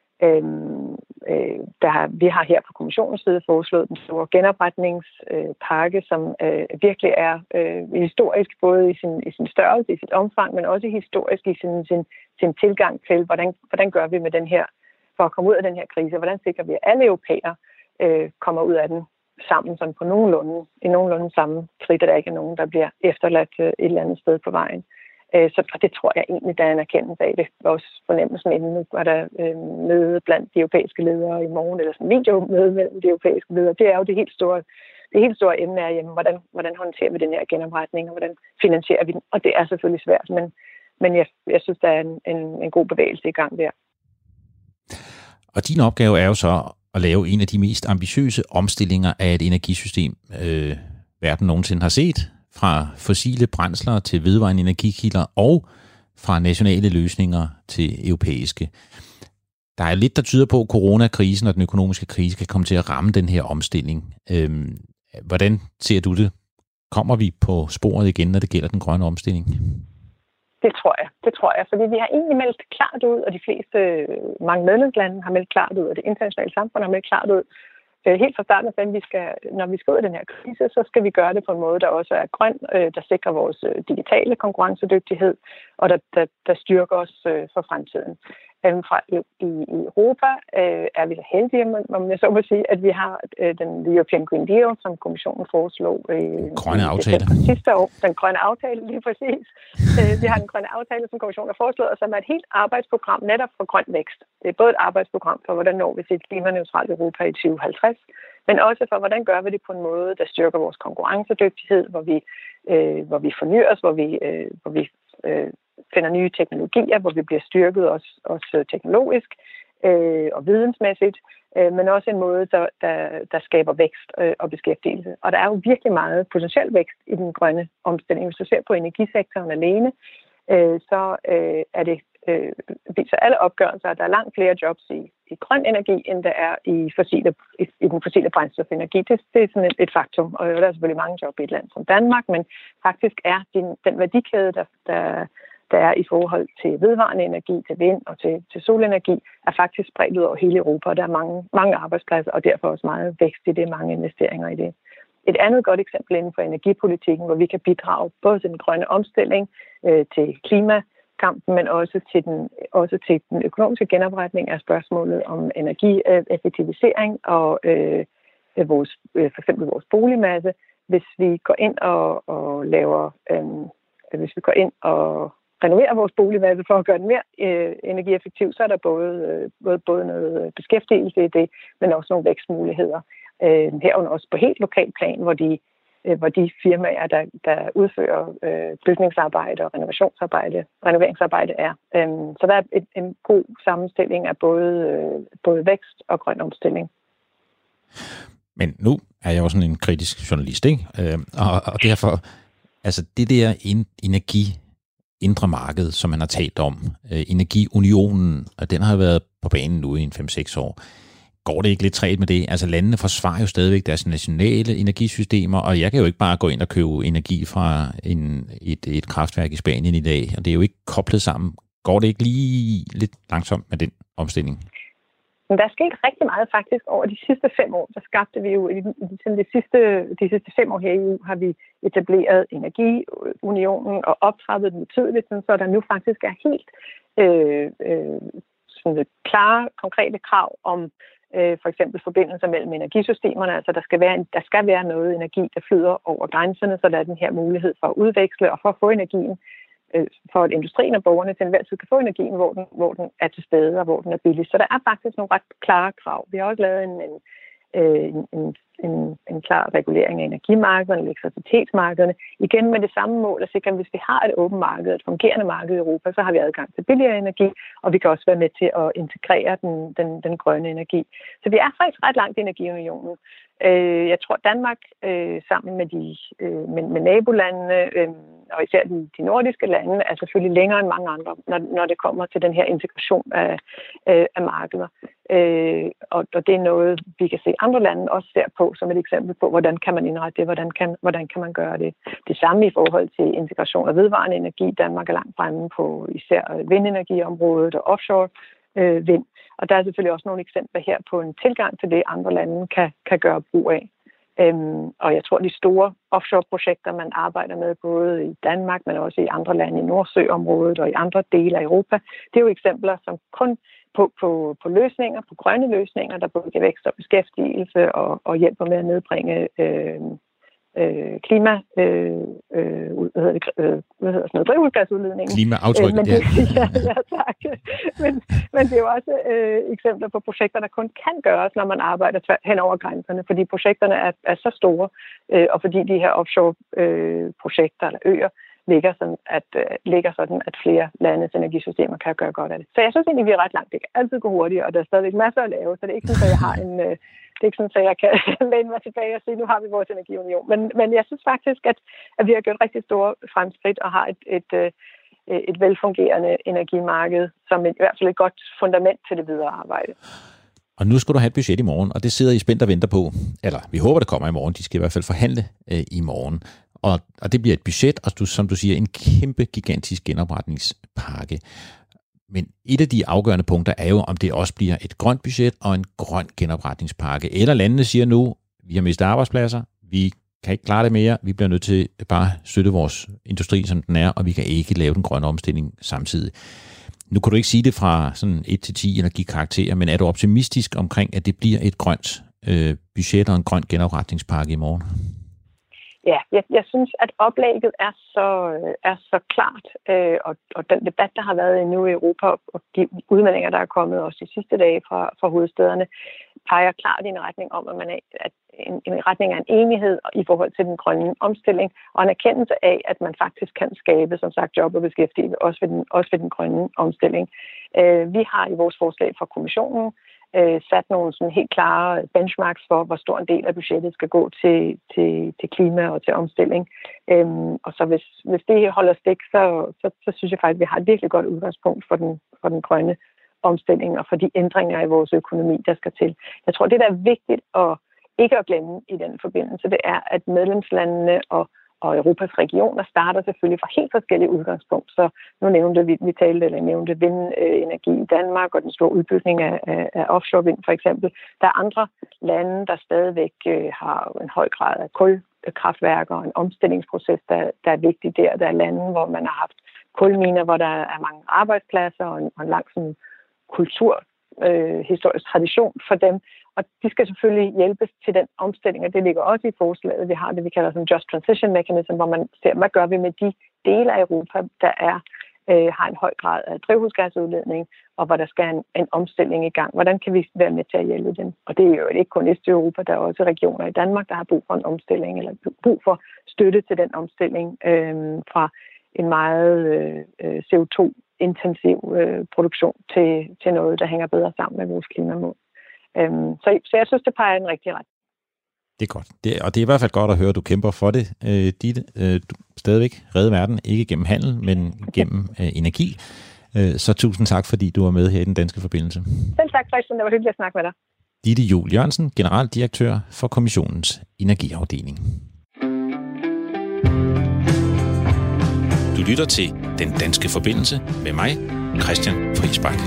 Speaker 10: vi har her på kommissionens side foreslået den store genopretningspakke, som virkelig er historisk, både i sin størrelse, i sit omfang, men også historisk i sin tilgang til, hvordan gør vi med den her, for at komme ud af den her krise, hvordan sikrer vi, at alle europæere kommer ud af den sammen, sådan på nogenlunde samme skridt, at der ikke er nogen, der bliver efterladt et eller andet sted på vejen. Så det tror jeg egentlig, der er en erkendelse af det. Også fornemmelsen inden nu var der møde blandt de europæiske ledere i morgen, eller sådan en videomøde mellem de europæiske ledere. Det er jo det helt store emne af, jamen, hvordan håndterer vi den her genopretning, og hvordan finansierer vi den? Og det er selvfølgelig svært, men jeg synes, der er en god bevægelse i gang der.
Speaker 5: Og din opgave er jo så at lave en af de mest ambitiøse omstillinger af et energisystem, verden nogensinde har set, fra fossile brændsler til vedvarende energikilder og fra nationale løsninger til europæiske. Der er lidt, der tyder på, at coronakrisen og den økonomiske krise kan komme til at ramme den her omstilling. Hvordan ser du det? Kommer vi på sporet igen, når det gælder den grønne omstilling?
Speaker 10: Det tror jeg, fordi vi har egentlig meldt klart ud, og mange medlemslande har meldt klart ud, og det internationale samfund har meldt klart ud, helt fra starten af, når vi skal ud af den her krise, så skal vi gøre det på en måde, der også er grøn, der sikrer vores digitale konkurrencedygtighed, og der styrker os for fremtiden. Fra i Europa er vi så heldige, om jeg så må sige, at vi har den European Green Deal, som kommissionen foreslog
Speaker 5: grønne aftale
Speaker 10: sidste år. Den grønne aftale, lige præcis. Vi har den grønne aftale, som kommissionen har foreslået, og som er et helt arbejdsprogram netop for grøn vækst. Det er både et arbejdsprogram for, hvordan når vi til et klimaneutralt Europa i 2050, men også for, hvordan gør vi det på en måde, der styrker vores konkurrencedygtighed, hvor vi fornyer os, hvor vi finder nye teknologier, hvor vi bliver styrket også teknologisk og vidensmæssigt, men også en måde, der skaber vækst og beskæftigelse. Og der er jo virkelig meget potentiel vækst i den grønne omstilling. Hvis du ser på energisektoren alene, så er det viser alle opgørelser, at der er langt flere jobs i grøn energi, end der er i den fossile brændstofenergi. Det er sådan et faktum, og der er selvfølgelig mange job i et land som Danmark, men faktisk er den værdikæde, der er i forhold til vedvarende energi, til vind og til solenergi, er faktisk spredt ud over hele Europa, og der er mange arbejdspladser, og derfor også meget vækst i det, mange investeringer i det. Et andet godt eksempel inden for energipolitikken, hvor vi kan bidrage både til den grønne omstilling, til klimakampen, men også til den økonomiske genopretning af spørgsmålet om energieffektivisering og for eksempel vores boligmasse. Hvis vi går ind og renoverer vores boligmasse for at gøre den mere energieffektiv, så er der både noget beskæftigelse i det, men også nogle vækstmuligheder. Herunder også på helt lokal plan, hvor de firmaer, der udfører bygningsarbejde og renoveringsarbejde er. Så der er en god sammenstilling af både vækst og grøn omstilling.
Speaker 5: Men nu er jeg jo sådan en kritisk journalist, ikke? Og derfor, altså det der indre marked, som man har talt om, energiunionen, og den har været på banen nu i 5-6 år. Går det ikke lidt træt med det? Altså landene forsvarer jo stadigvæk deres nationale energisystemer, og jeg kan jo ikke bare gå ind og købe energi fra et kraftværk i Spanien i dag, og det er jo ikke koblet sammen. Går det ikke lige lidt langsomt med den omstilling?
Speaker 10: Men der er sket rigtig meget faktisk over de sidste 5 år. Der skabte vi jo de sidste 5 år her i EU, har vi etableret energiunionen og optrappet den betydeligt, så der nu faktisk er helt klare, konkrete krav om for eksempel forbindelser mellem energisystemerne. Altså der skal være noget energi, der flyder over grænserne, så der er den her mulighed for at udveksle og for at få energien, for at industrien og borgerne til enhver tid kan få energien, hvor den er til stede og hvor den er billig. Så der er faktisk nogle ret klare krav. Vi har også lavet en klar regulering af energimarkederne, elektricitetsmarkederne. Igen med det samme mål at sikre, at hvis vi har et åbent marked, et fungerende marked i Europa, så har vi adgang til billigere energi, og vi kan også være med til at integrere den grønne energi. Så vi er faktisk ret langt i energiunionen. Jeg tror, Danmark sammen med nabolandene, og især de nordiske lande, er selvfølgelig længere end mange andre, når det kommer til den her integration af markeder. Og det er noget, vi kan se andre lande også ser på som et eksempel på, hvordan kan man indrette det, hvordan kan man gøre det. Det samme i forhold til integration af vedvarende energi. Danmark er langt fremme på især vindenergiområdet og offshore vind. Og der er selvfølgelig også nogle eksempler her på en tilgang til det, andre lande kan gøre brug af. Og jeg tror, de store offshore-projekter, man arbejder med, både i Danmark, men også i andre lande i Nordsøområdet og i andre dele af Europa, det er jo eksempler, som kun på løsninger, på grønne løsninger, der både giver vækst og beskæftigelse og hjælper med at nedbringe drivhusgasudledningen.
Speaker 5: Klimaaftryk,
Speaker 10: ja, tak. Men det er jo også eksempler på projekter, der kun kan gøres, når man arbejder hen over grænserne, fordi projekterne er så store, og fordi de her offshore-projekter eller øer ligger sådan, at flere landes energisystemer kan gøre godt af det. Så jeg synes egentlig, vi er ret langt. Det kan altid gå hurtigere, og der er stadigvæk masser at lave, så det er ikke sådan, at jeg har det er ikke sådan, at jeg kan læne mig tilbage og sige, nu har vi vores energiunion. Men jeg synes faktisk, at vi har gjort rigtig store fremskridt og har et velfungerende energimarked, som i hvert fald et godt fundament til det videre arbejde.
Speaker 5: Og nu skal du have et budget i morgen, og det sidder I spændt og venter på. Eller vi håber, det kommer i morgen. De skal i hvert fald forhandle i morgen. Og det bliver et budget, og som du siger, en kæmpe, gigantisk genopretningspakke. Men et af de afgørende punkter er jo, om det også bliver et grønt budget og en grøn genopretningspakke. Eller landene siger nu, vi har mistet arbejdspladser, vi kan ikke klare det mere, vi bliver nødt til bare at støtte vores industri, som den er, og vi kan ikke lave den grønne omstilling samtidig. Nu kan du ikke sige det fra sådan 1 til 10 eller give karakterer, men er du optimistisk omkring, at det bliver et grønt budget og en grøn genopretningspakke i morgen?
Speaker 10: Ja, jeg synes, at oplægget er så klart, og den debat, der har været nu i Europa, og de udmeldinger, der er kommet også de sidste dage fra hovedstæderne, peger klart i en retning om, at man er en retning af en enighed i forhold til den grønne omstilling, og en erkendelse af, at man faktisk kan skabe, som sagt, job og beskæftigelse, også ved den grønne omstilling. Vi har i vores forslag fra kommissionen sat nogle sådan helt klare benchmarks for, hvor stor en del af budgettet skal gå til klima og til omstilling. Og så hvis det holder stik, så synes jeg faktisk, at vi har et virkelig godt udgangspunkt for den grønne omstilling og for de ændringer i vores økonomi, der skal til. Jeg tror, det der er vigtigt ikke at glemme i den forbindelse, det er, at medlemslandene og Europas regioner starter selvfølgelig fra helt forskellige udgangspunkt. Så nu nævnte nævnte vindenergi i Danmark og den store udbygning af offshore vind for eksempel. Der er andre lande, der stadigvæk har en høj grad af kulkraftværker og en omstillingsproces, der er vigtig der. Der er lande, hvor man har haft kulminer, hvor der er mange arbejdspladser og en lang sådan historisk tradition for dem. Og de skal selvfølgelig hjælpes til den omstilling, og det ligger også i forslaget. Vi har det, vi kalder som Just Transition Mechanism, hvor man ser, hvad gør vi med de dele af Europa, der har en høj grad af drivhusgasudledning, og hvor der skal en omstilling i gang. Hvordan kan vi være med til at hjælpe dem? Og det er jo ikke kun Østeuropa, der er også regioner i Danmark, der har brug for en omstilling, eller brug for støtte til den omstilling fra en meget CO2-intensiv produktion til noget, der hænger bedre sammen med vores klimamål. Så jeg synes, det peger i den rigtige ret.
Speaker 5: Det er godt. Og det er i hvert fald godt at høre, at du kæmper for det. Du stadigvæk redde verden, ikke gennem handel, men gennem energi. Så tusind tak, fordi du var med her i den danske forbindelse. Selv
Speaker 10: tak, Christian. Det var hyggeligt at snakke med dig.
Speaker 5: Ditte Juul Jørgensen, generaldirektør for Kommissionens energiafdeling. Du lytter til Den Danske Forbindelse med mig, Christian Friis Bach.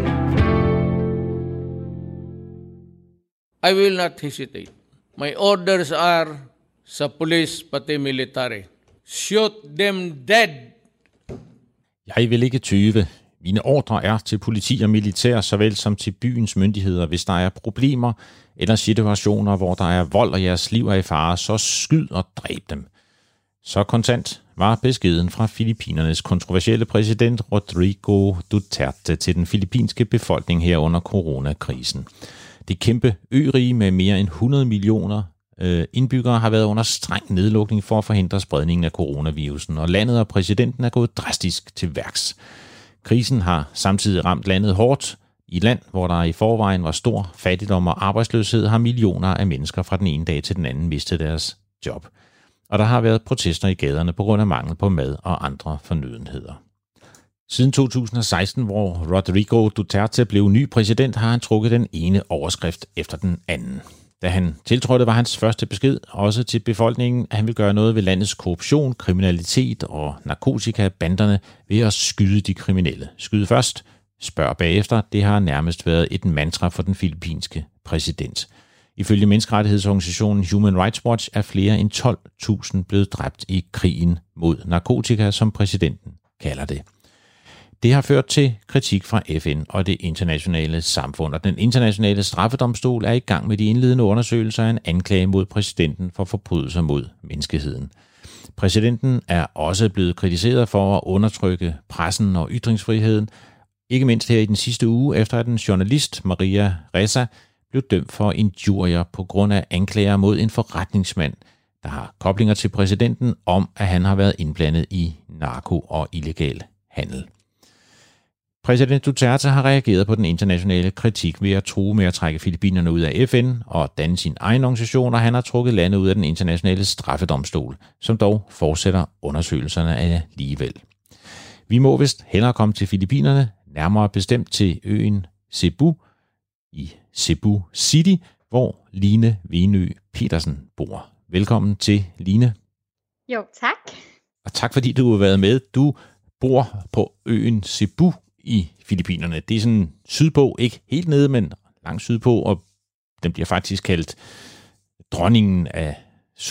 Speaker 3: I will not hesitate. My orders are sa police pati military. Shoot them dead.
Speaker 5: Jeg vil ikke tøve. Mine ordre er til politi og militær, såvel som til byens myndigheder. Hvis der er problemer eller situationer, hvor der er vold og jeres liv er i fare, så skyd og dræb dem. Så kontant var beskeden fra Filippinernes kontroversielle præsident Rodrigo Duterte til den filippinske befolkning her under coronakrisen. Det kæmpe ørige med mere end 100 millioner indbyggere har været under streng nedlukning for at forhindre spredningen af coronavirusen, og landet og præsidenten er gået drastisk til værks. Krisen har samtidig ramt landet hårdt. I et land, hvor der i forvejen var stor fattigdom og arbejdsløshed, har millioner af mennesker fra den ene dag til den anden mistet deres job. Og der har været protester i gaderne på grund af mangel på mad og andre fornødenheder. Siden 2016, hvor Rodrigo Duterte blev ny præsident, har han trukket den ene overskrift efter den anden. Da han tiltrådte, var hans første besked også til befolkningen, at han vil gøre noget ved landets korruption, kriminalitet og narkotikabanderne ved at skyde de kriminelle. Skyde først, spørg bagefter. Det har nærmest været et mantra for den filippinske præsident. Ifølge menneskerettighedsorganisationen Human Rights Watch er flere end 12.000 blevet dræbt i krigen mod narkotika, som præsidenten kalder det. Det har ført til kritik fra FN og det internationale samfund, og den internationale straffedomstol er i gang med de indledende undersøgelser af en anklage mod præsidenten for forbrydelser mod menneskeheden. Præsidenten er også blevet kritiseret for at undertrykke pressen og ytringsfriheden, ikke mindst her i den sidste uge, efter at en journalist, Maria Ressa, blev dømt for injurier på grund af anklager mod en forretningsmand, der har koblinger til præsidenten om, at han har været indblandet i narko- og illegal handel. Præsident Duterte har reageret på den internationale kritik ved at true med at trække Filippinerne ud af FN og danne sin egen organisation, og han har trukket landet ud af den internationale straffedomstol, som dog fortsætter undersøgelserne alligevel. Vi må vist hellere komme til Filippinerne, nærmere bestemt til øen Cebu i Cebu City, hvor Line Venø Petersen bor. Velkommen til, Line.
Speaker 11: Jo, tak.
Speaker 5: Og tak fordi du har været med. Du bor på øen Cebu i Filippinerne. Det er sådan sydpå, ikke helt nede, men langt sydpå, og den bliver faktisk kaldt dronningen af syd,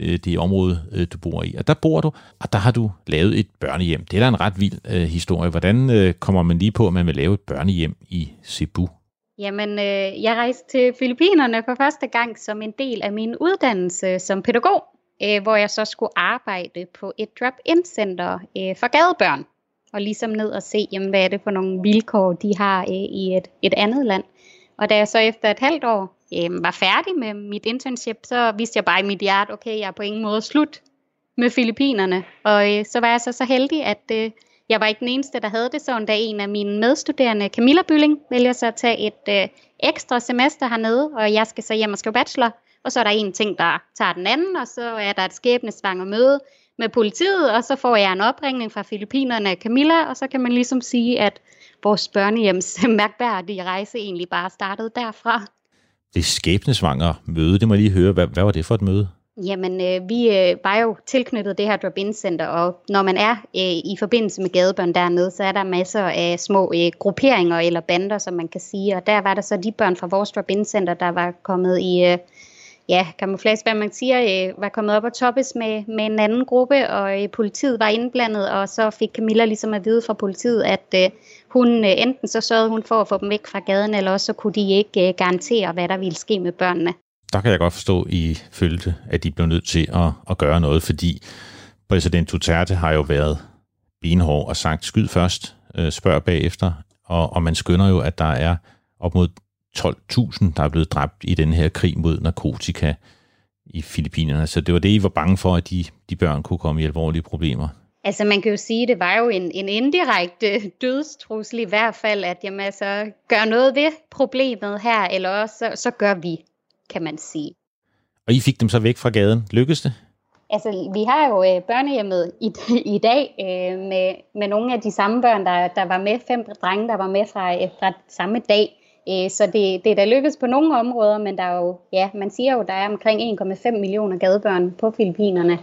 Speaker 5: det område, du bor i. Og der bor du, og der har du lavet et børnehjem. Det er da en ret vild historie. Hvordan kommer man lige på, at man vil lave et børnehjem i Cebu?
Speaker 11: Jamen, jeg rejste til Filippinerne for første gang som en del af min uddannelse som pædagog, hvor jeg så skulle arbejde på et drop-in-center for gadebørn. Og ligesom ned og se, jamen, hvad er det for nogle vilkår, de har i et andet land. Og da jeg så efter et halvt år var færdig med mit internship, så vidste jeg bare i mit hjerte, okay, jeg er på ingen måde slut med Filippinerne. Og så var jeg så heldig, at jeg var ikke den eneste, der havde det sådan, da en af mine medstuderende, Camilla Bylling, vælger så at tage et ekstra semester hernede, og jeg skal så hjem og skrive bachelor. Og så er der en ting, der tager den anden, og så er der et skæbnesvanger møde med politiet, og så får jeg en opringning fra Filippinerne af Camilla, og så kan man ligesom sige, at vores børnehjems mærkværdige rejse egentlig bare startede derfra.
Speaker 5: Det skæbnesvanger møde, det må jeg lige høre. Hvad var det for et møde?
Speaker 11: Jamen, vi var jo tilknyttet det her drop-in-center, og når man er i forbindelse med gadebørn dernede, så er der masser af små grupperinger eller bander, som man kan sige, og der var der så de børn fra vores drop-in-center, der var kommet i camouflage, hvad man siger, var kommet op og toppes med en anden gruppe, og politiet var indblandet, og så fik Camilla ligesom at vide fra politiet, at hun enten så sørgede hun for at få dem væk fra gaden, eller også så kunne de ikke garantere, hvad der ville ske med børnene. Der
Speaker 5: kan jeg godt forstå, I følte, at de blev nødt til at gøre noget, fordi præsident Duterte har jo været benhård og sagt, skyd først, spørg bagefter, og man skønner jo, at der er op mod 12.000, der er blevet dræbt i den her krig mod narkotika i Filippinerne. Så det var det, I var bange for, at de børn kunne komme i alvorlige problemer.
Speaker 11: Altså man kan jo sige, at det var jo en indirekte dødstrussel i hvert fald, at jamen, altså, gør noget ved problemet her, eller også så gør vi, kan man sige.
Speaker 5: Og I fik dem så væk fra gaden. Lykkedes det?
Speaker 11: Altså vi har jo børnehjemmet i dag med nogle af de samme børn, der var med, 5 drenge, der var med fra samme dag. Så det er da lykkedes på nogle områder, men der er jo, man siger jo, der er omkring 1,5 millioner gadebørn på Filippinerne.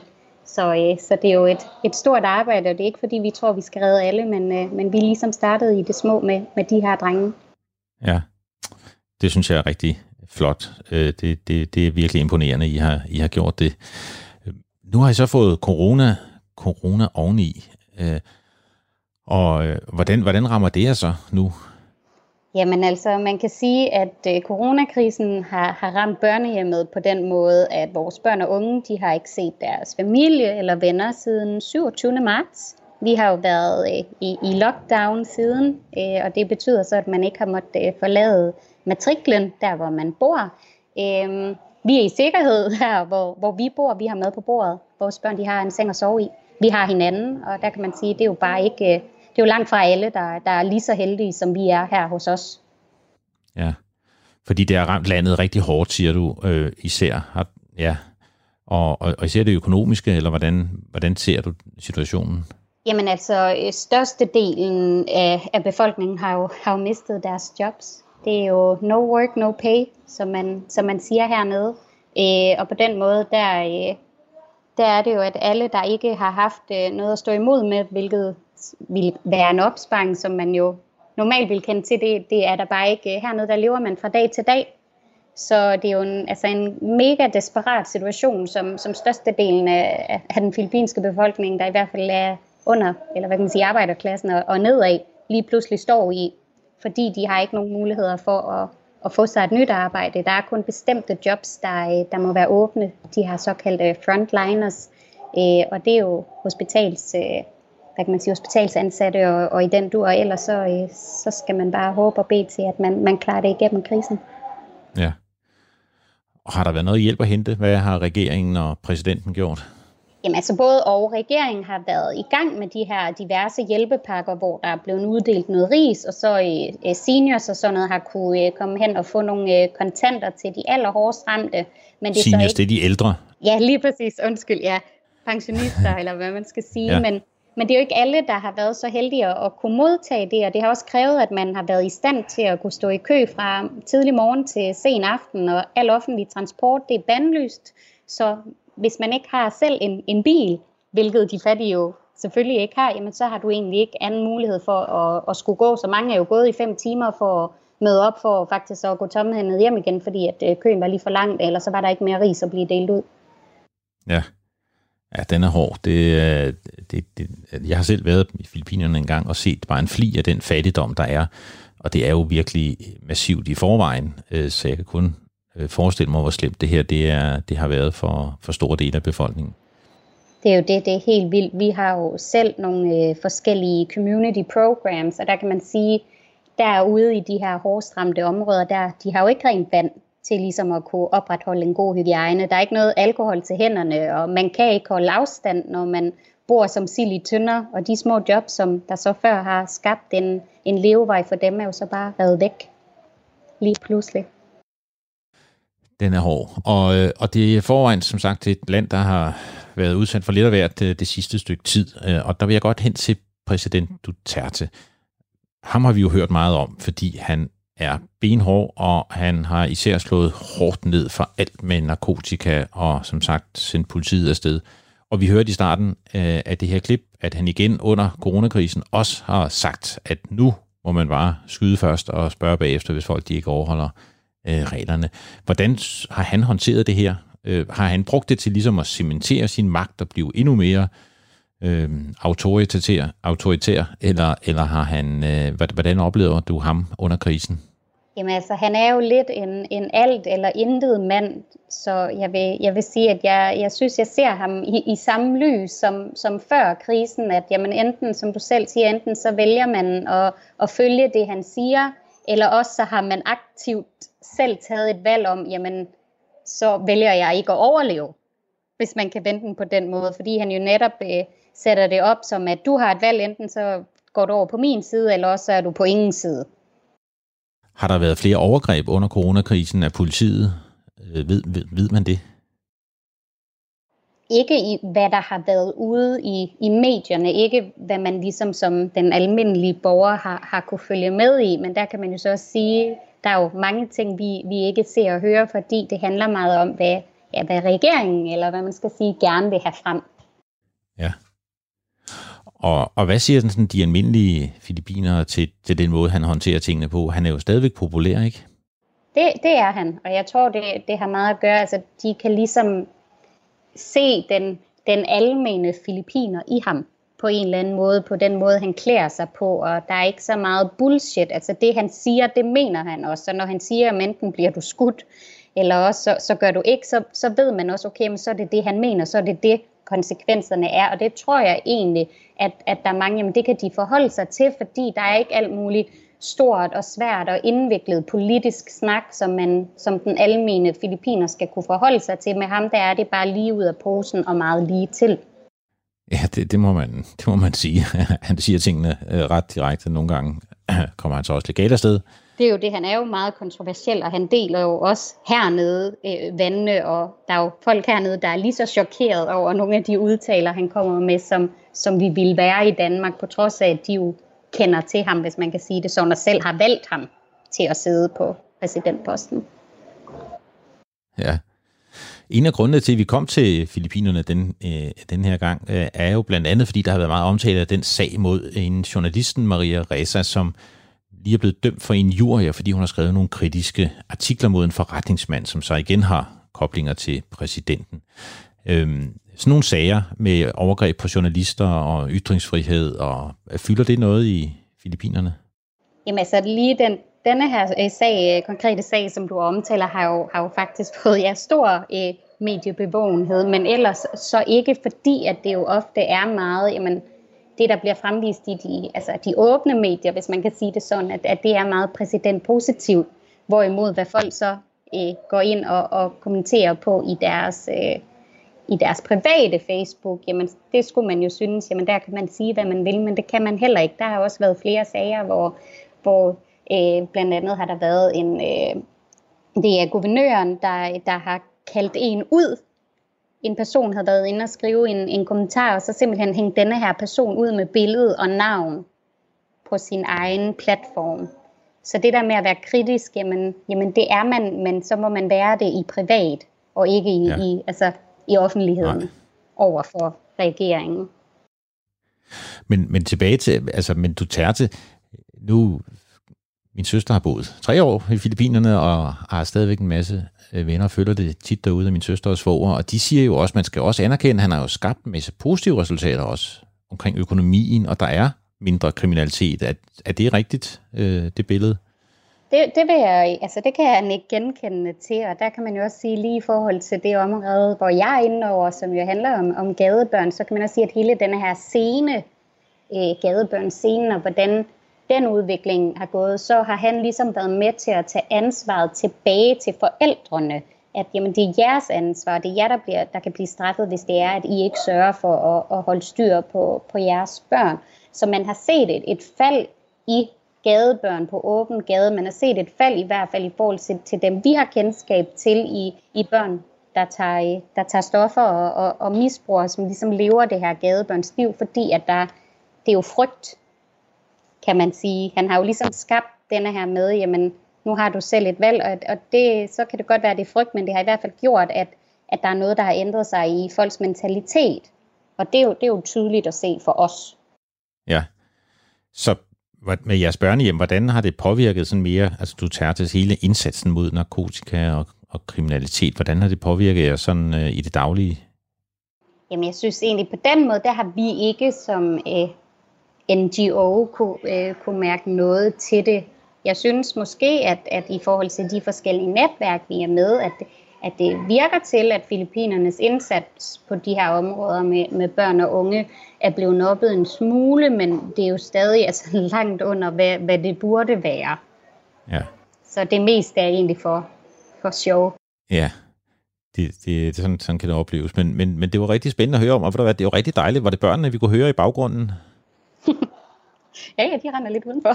Speaker 11: Så det er jo et stort arbejde, og det er ikke fordi, vi tror, vi skal redde alle, men vi ligesom startede i det små med de her drenge. Ja,
Speaker 5: det synes jeg er rigtig flot. Det er virkelig imponerende, I har gjort det. Nu har I så fået corona oveni, og hvordan rammer det jer så nu?
Speaker 11: Jamen altså, man kan sige, at coronakrisen har ramt børnehjemmet på den måde, at vores børn og unge, de har ikke set deres familie eller venner siden 27. marts. Vi har jo været i lockdown siden, og det betyder så, at man ikke har måttet forlade matriklen, der hvor man bor. Vi er i sikkerhed her, hvor vi bor. Vi har mad på bordet. Vores børn, de har en seng at sove i. Vi har hinanden, og der kan man sige, at det er jo bare ikke... Det er jo langt fra alle, der er lige så heldige, som vi er her hos os.
Speaker 5: Ja, fordi det har ramt landet rigtig hårdt, siger du, især. Ja. Og især det økonomiske, eller hvordan ser du situationen?
Speaker 11: Jamen altså, størstedelen af befolkningen har jo mistet deres jobs. Det er jo no work, no pay, som man siger hernede. Og på den måde, der er det jo, at alle, der ikke har haft noget at stå imod med, hvilket vil være en opsparing, som man jo normalt vil kende til, det er der bare ikke. Hernede, der lever man fra dag til dag. Så det er jo en mega desperat situation, som størstedelen af den filippinske befolkning, der i hvert fald er under, eller hvad kan man sige, arbejderklassen og nedad, lige pludselig står i. Fordi de har ikke nogen muligheder for at få sig et nyt arbejde. Der er kun bestemte jobs, der må være åbne. De har såkaldte frontliners, og det er jo hospitalsansatte og i den dur, og ellers så skal man bare håbe og bede til, at man klarer det igennem krisen.
Speaker 5: Ja. Og har der været noget hjælp at hente? Hvad har regeringen og præsidenten gjort?
Speaker 11: Jamen altså både og. Regeringen har været i gang med de her diverse hjælpepakker, hvor der er blevet uddelt noget ris, og så seniors og sådan noget har kunne komme hen og få nogle kontanter til de allerhårdest ramte. Men det
Speaker 5: seniors,
Speaker 11: så ikke...
Speaker 5: det er de ældre?
Speaker 11: Ja, lige præcis. Undskyld, ja. Pensionister, eller hvad man skal sige. Ja. Men det er jo ikke alle, der har været så heldige at kunne modtage det, og det har også krævet, at man har været i stand til at kunne stå i kø fra tidlig morgen til sen aften, og al offentlig transport, det er bandlyst. Så hvis man ikke har selv en bil, hvilket de fattige jo selvfølgelig ikke har, jamen så har du egentlig ikke anden mulighed for at skulle gå. Så mange er jo gået i 5 timer for at møde op for faktisk at gå tomhændet hjem igen, fordi at køen var lige for langt, eller så var der ikke mere ris at blive delt ud.
Speaker 5: Ja, den er hård. Jeg har selv været i Filippinerne en gang og set bare en fli af den fattigdom, der er. Og det er jo virkelig massivt i forvejen, så jeg kan kun forestille mig, hvor slemt det her det har været for store dele af befolkningen.
Speaker 11: Det er jo det er helt vildt. Vi har jo selv nogle forskellige community programs, og der kan man sige, derude i de her hårdstramte områder, de har jo ikke rent vand til ligesom at kunne opretholde en god hygiejne. Der er ikke noget alkohol til hænderne, og man kan ikke holde afstand, når man bor som sild i tønder, og de små jobs, som der så før har skabt en levevej for dem, er jo så bare revet væk lige pludselig.
Speaker 5: Den er hård. Og det er forvejen, som sagt, et land, der har været udsat for lidt af hvert det sidste stykke tid. Og der vil jeg godt hen til præsident Duterte. Ham har vi jo hørt meget om, fordi han er benhård, og han har især slået hårdt ned for alt med narkotika, og som sagt sendt politiet afsted. Og vi hørte i starten af det her klip, at han igen under coronakrisen også har sagt, at nu må man bare skyde først og spørge bagefter, hvis folk de ikke overholder reglerne. Hvordan har han håndteret det her? Har han brugt det til ligesom at cementere sin magt og blive endnu mere autoritær, eller har han, hvordan oplever du ham under krisen?
Speaker 11: Jamen altså, han er jo lidt en alt eller intet mand, så jeg vil sige, at jeg synes, jeg ser ham i samme lys som før krisen, at jamen enten, som du selv siger, enten så vælger man at følge det, han siger, eller også så har man aktivt selv taget et valg om, jamen så vælger jeg ikke at overleve, hvis man kan vente den på den måde, fordi han jo netop sætter det op som, at du har et valg, enten så går du over på min side, eller også så er du på ingen side.
Speaker 5: Har der været flere overgreb under coronakrisen af politiet? Ved man det?
Speaker 11: Ikke i, hvad der har været ude i medierne, ikke hvad man ligesom som den almindelige borger har kunne følge med i, men der kan man jo så også sige, der er jo mange ting, vi ikke ser og hører, fordi det handler meget om, hvad regeringen, eller hvad man skal sige, gerne vil have frem. Ja.
Speaker 5: Og hvad siger sådan de almindelige filippinere til den måde, han håndterer tingene på? Han er jo stadigvæk populær, ikke?
Speaker 11: Det er han, og jeg tror, det har meget at gøre. Altså, de kan ligesom se den almene filippiner i ham på en eller anden måde, på den måde, han klæder sig på, og der er ikke så meget bullshit. Altså det, han siger, det mener han også. Så når han siger, at enten bliver du skudt, eller også så gør du ikke, så ved man også, okay, men så er det, han mener, så er det, konsekvenserne er. Og det tror jeg egentlig, at der er mange, jamen det kan de forholde sig til, fordi der er ikke alt muligt stort og svært og indviklet politisk snak, som den almene filippiner skal kunne forholde sig til. Med ham, der er det bare lige ud af posen og meget lige til.
Speaker 5: Ja, det må man sige. Han siger tingene ret direkte. Nogle gange kommer han så også legalt afsted.
Speaker 11: Det er jo det, han er jo meget kontroversiel, og han deler jo også hernede vandene, og der er jo folk hernede, der er lige så chokeret over nogle af de udtaler, han kommer med, som vi ville være i Danmark, på trods af, at de jo kender til ham, hvis man kan sige det sådan, og selv har valgt ham til at sidde på præsidentposten.
Speaker 5: Ja. En af grundene til, at vi kom til Filippinerne den her gang, er jo blandt andet, fordi der har været meget omtale af den sag mod en journalisten, Maria Ressa, som lige er blevet dømt for en jury, fordi hun har skrevet nogle kritiske artikler mod en forretningsmand, som så igen har koblinger til præsidenten. Sådan nogle sager med overgreb på journalister og ytringsfrihed, og fylder det noget i Filippinerne?
Speaker 11: Jamen altså lige denne her sag, konkrete sag, som du omtaler, har jo faktisk fået stor mediebevågenhed, men ellers så ikke, fordi at det jo ofte er meget, jamen det, der bliver fremvist i de åbne medier, hvis man kan sige det sådan, at det er meget præsidentpositivt, hvorimod hvad folk så går ind og kommenterer på i deres private Facebook, jamen det skulle man jo synes, jamen der kan man sige, hvad man vil, men det kan man heller ikke. Der har også været flere sager, hvor blandt andet har der været det er guvernøren, der har kaldt en ud. En person havde været inde og skrive en kommentar, og så simpelthen hængt denne her person ud med billede og navn på sin egen platform. Så det der med at være kritisk, jamen det er man, men så må man være det i privat, og ikke i offentligheden over for regeringen. Men
Speaker 5: tilbage til, men Duterte, nu, Min søster har boet 3 år i Filippinerne, og har stadigvæk en masse venner og følger det tit derude af min søster og svoger, og de siger jo også, man skal også anerkende, at han har jo skabt en masse positive resultater også omkring økonomien, og der er mindre kriminalitet. Er det rigtigt, det billede?
Speaker 11: Det kan jeg ikke genkende til, og der kan man jo også sige lige i forhold til det område, hvor jeg er inde over, som jo handler om gadebørn, så kan man også sige, at hele denne her scene, gadebørnscenen, og hvordan den udvikling har gået, så har han ligesom været med til at tage ansvaret tilbage til forældrene, at jamen, det er jeres ansvar, det er jer, der kan blive straffet, hvis det er, at I ikke sørger for at holde styr på jeres børn. Så man har set et fald i gadebørn på åben gade. Man har set et fald i hvert fald i forhold til dem, vi har kendskab til i børn, der tager stoffer og misbruger, som ligesom lever det her gadebørnsliv, fordi at det er jo frygt, kan man sige. Han har jo ligesom skabt denne her med, jamen nu har du selv et valg, og det, så kan det godt være, det er frygt, men det har i hvert fald gjort, at der er noget, der har ændret sig i folks mentalitet. Og det er jo tydeligt at se for os.
Speaker 5: Ja, så med jeres børnehjem, hvordan har det påvirket sådan mere, altså du tager til hele indsatsen mod narkotika og kriminalitet, hvordan har det påvirket jer sådan i det daglige?
Speaker 11: Jamen jeg synes egentlig på den måde, der har vi ikke som NGO kunne mærke noget til det. Jeg synes måske, at i forhold til de forskellige netværk, vi er med, at det virker til, at Filippinernes indsats på de her områder med børn og unge er blevet noppet en smule, men det er jo stadig altså langt under, hvad det burde være.
Speaker 5: Ja.
Speaker 11: Så det meste er egentlig for sjov.
Speaker 5: Ja, det sådan kan det opleves. Men det var rigtig spændende at høre om, og det var rigtig dejligt. Var det børnene, vi kunne høre i baggrunden?
Speaker 11: Ja, de render lidt udenfor.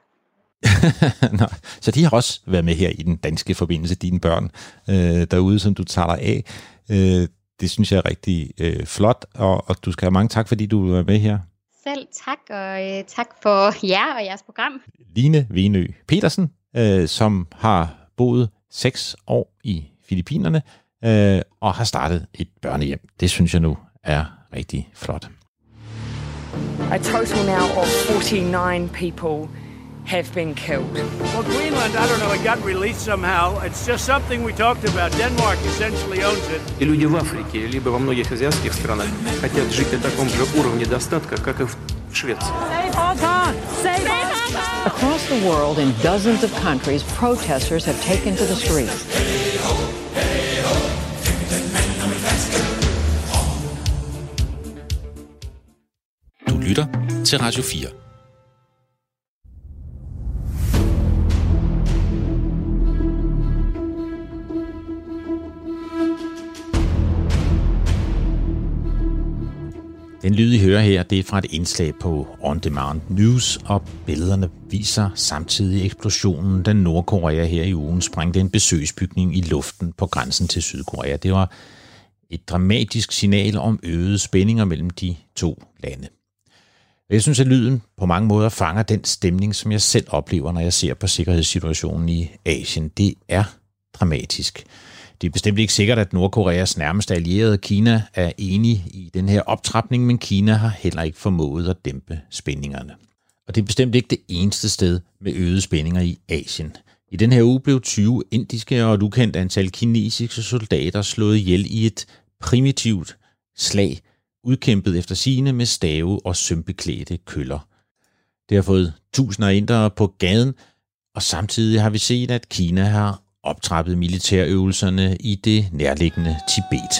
Speaker 5: Nå, så de har også været med her i den danske forbindelse, dine børn derude, som du tager dig af. Det synes jeg er rigtig flot, og du skal have mange tak, fordi du var med her.
Speaker 11: Selv tak, og tak for jer og jeres program.
Speaker 5: Line Venø Petersen, som har boet 6 år i Filippinerne, og har startet et børnehjem. Det synes jeg nu er rigtig flot.
Speaker 6: A total now of 49 people have been killed.
Speaker 7: Well, Greenland, I don't know, it got released somehow. It's just something we talked about. Denmark essentially owns it.
Speaker 8: И люди в Африке, либо во многих азиатских странах хотят жить на таком же уровне достатка, как и в Швеции.
Speaker 9: Save Hong Kong! Save Hong Kong! Across the world, in dozens of countries, protesters have taken to the streets.
Speaker 5: Du lytter til Radio 4. Den lyd, I hører her, det er fra et indslag på On Demand News, og billederne viser samtidig eksplosionen, da Nordkorea her i ugen sprængte en besøgsbygning i luften på grænsen til Sydkorea. Det var et dramatisk signal om øgede spændinger mellem de to lande. Jeg synes, at lyden på mange måder fanger den stemning, som jeg selv oplever, når jeg ser på sikkerhedssituationen i Asien. Det er dramatisk. Det er bestemt ikke sikkert, at Nordkoreas nærmeste allierede Kina er enig i den her optrapning, men Kina har heller ikke formået at dæmpe spændingerne. Og det er bestemt ikke det eneste sted med øgede spændinger i Asien. I den her uge blev 20 indiske og et ukendt antal kinesiske soldater slået ihjel i et primitivt slag, udkæmpet efter sigende med stave og sømpeklædte køller. Det har fået tusinder af indere på gaden, og samtidig har vi set, at Kina har optrappet militærøvelserne i det nærliggende Tibet.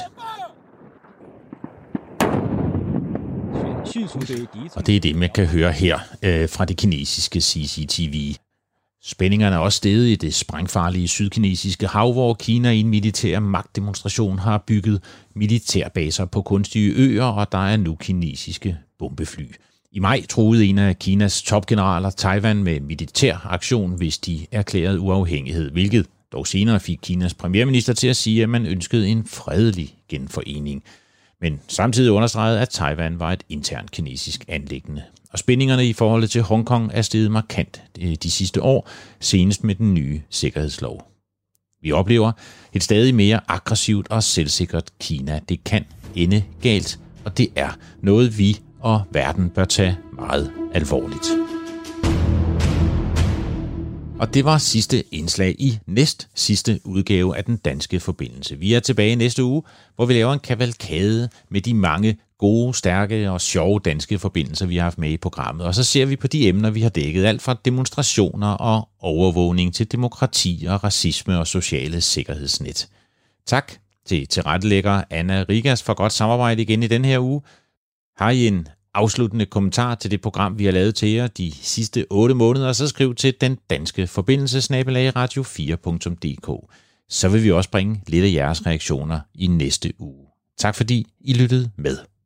Speaker 5: Og det er det, man kan høre her fra det kinesiske CCTV. Spændingerne er også steget i det sprængfarlige sydkinesiske hav, hvor Kina i en militær magtdemonstration har bygget militærbaser på kunstige øer, og der er nu kinesiske bombefly. I maj truede en af Kinas topgeneraler Taiwan med militær aktion, hvis de erklærede uafhængighed, hvilket dog senere fik Kinas premierminister til at sige, at man ønskede en fredelig genforening. Men samtidig understregede, at Taiwan var et internt kinesisk anliggende. Og spændingerne i forholdet til Hongkong er steget markant de sidste år, senest med den nye sikkerhedslov. Vi oplever et stadig mere aggressivt og selvsikkert Kina. Det kan ende galt, og det er noget, vi og verden bør tage meget alvorligt. Og det var sidste indslag i næst sidste udgave af Den Danske Forbindelse. Vi er tilbage næste uge, hvor vi laver en kavalkade med de mange gode, stærke og sjove danske forbindelser, vi har haft med i programmet. Og så ser vi på de emner, vi har dækket. Alt fra demonstrationer og overvågning til demokrati og racisme og sociale sikkerhedsnet. Tak til tilrettelægger Anna Rigas for godt samarbejde igen i den her uge. Har I en afsluttende kommentar til det program, vi har lavet til jer de sidste 8 måneder, så skriv til Den Danske Forbindelse @radio4.dk. Så vil vi også bringe lidt af jeres reaktioner i næste uge. Tak fordi I lyttede med.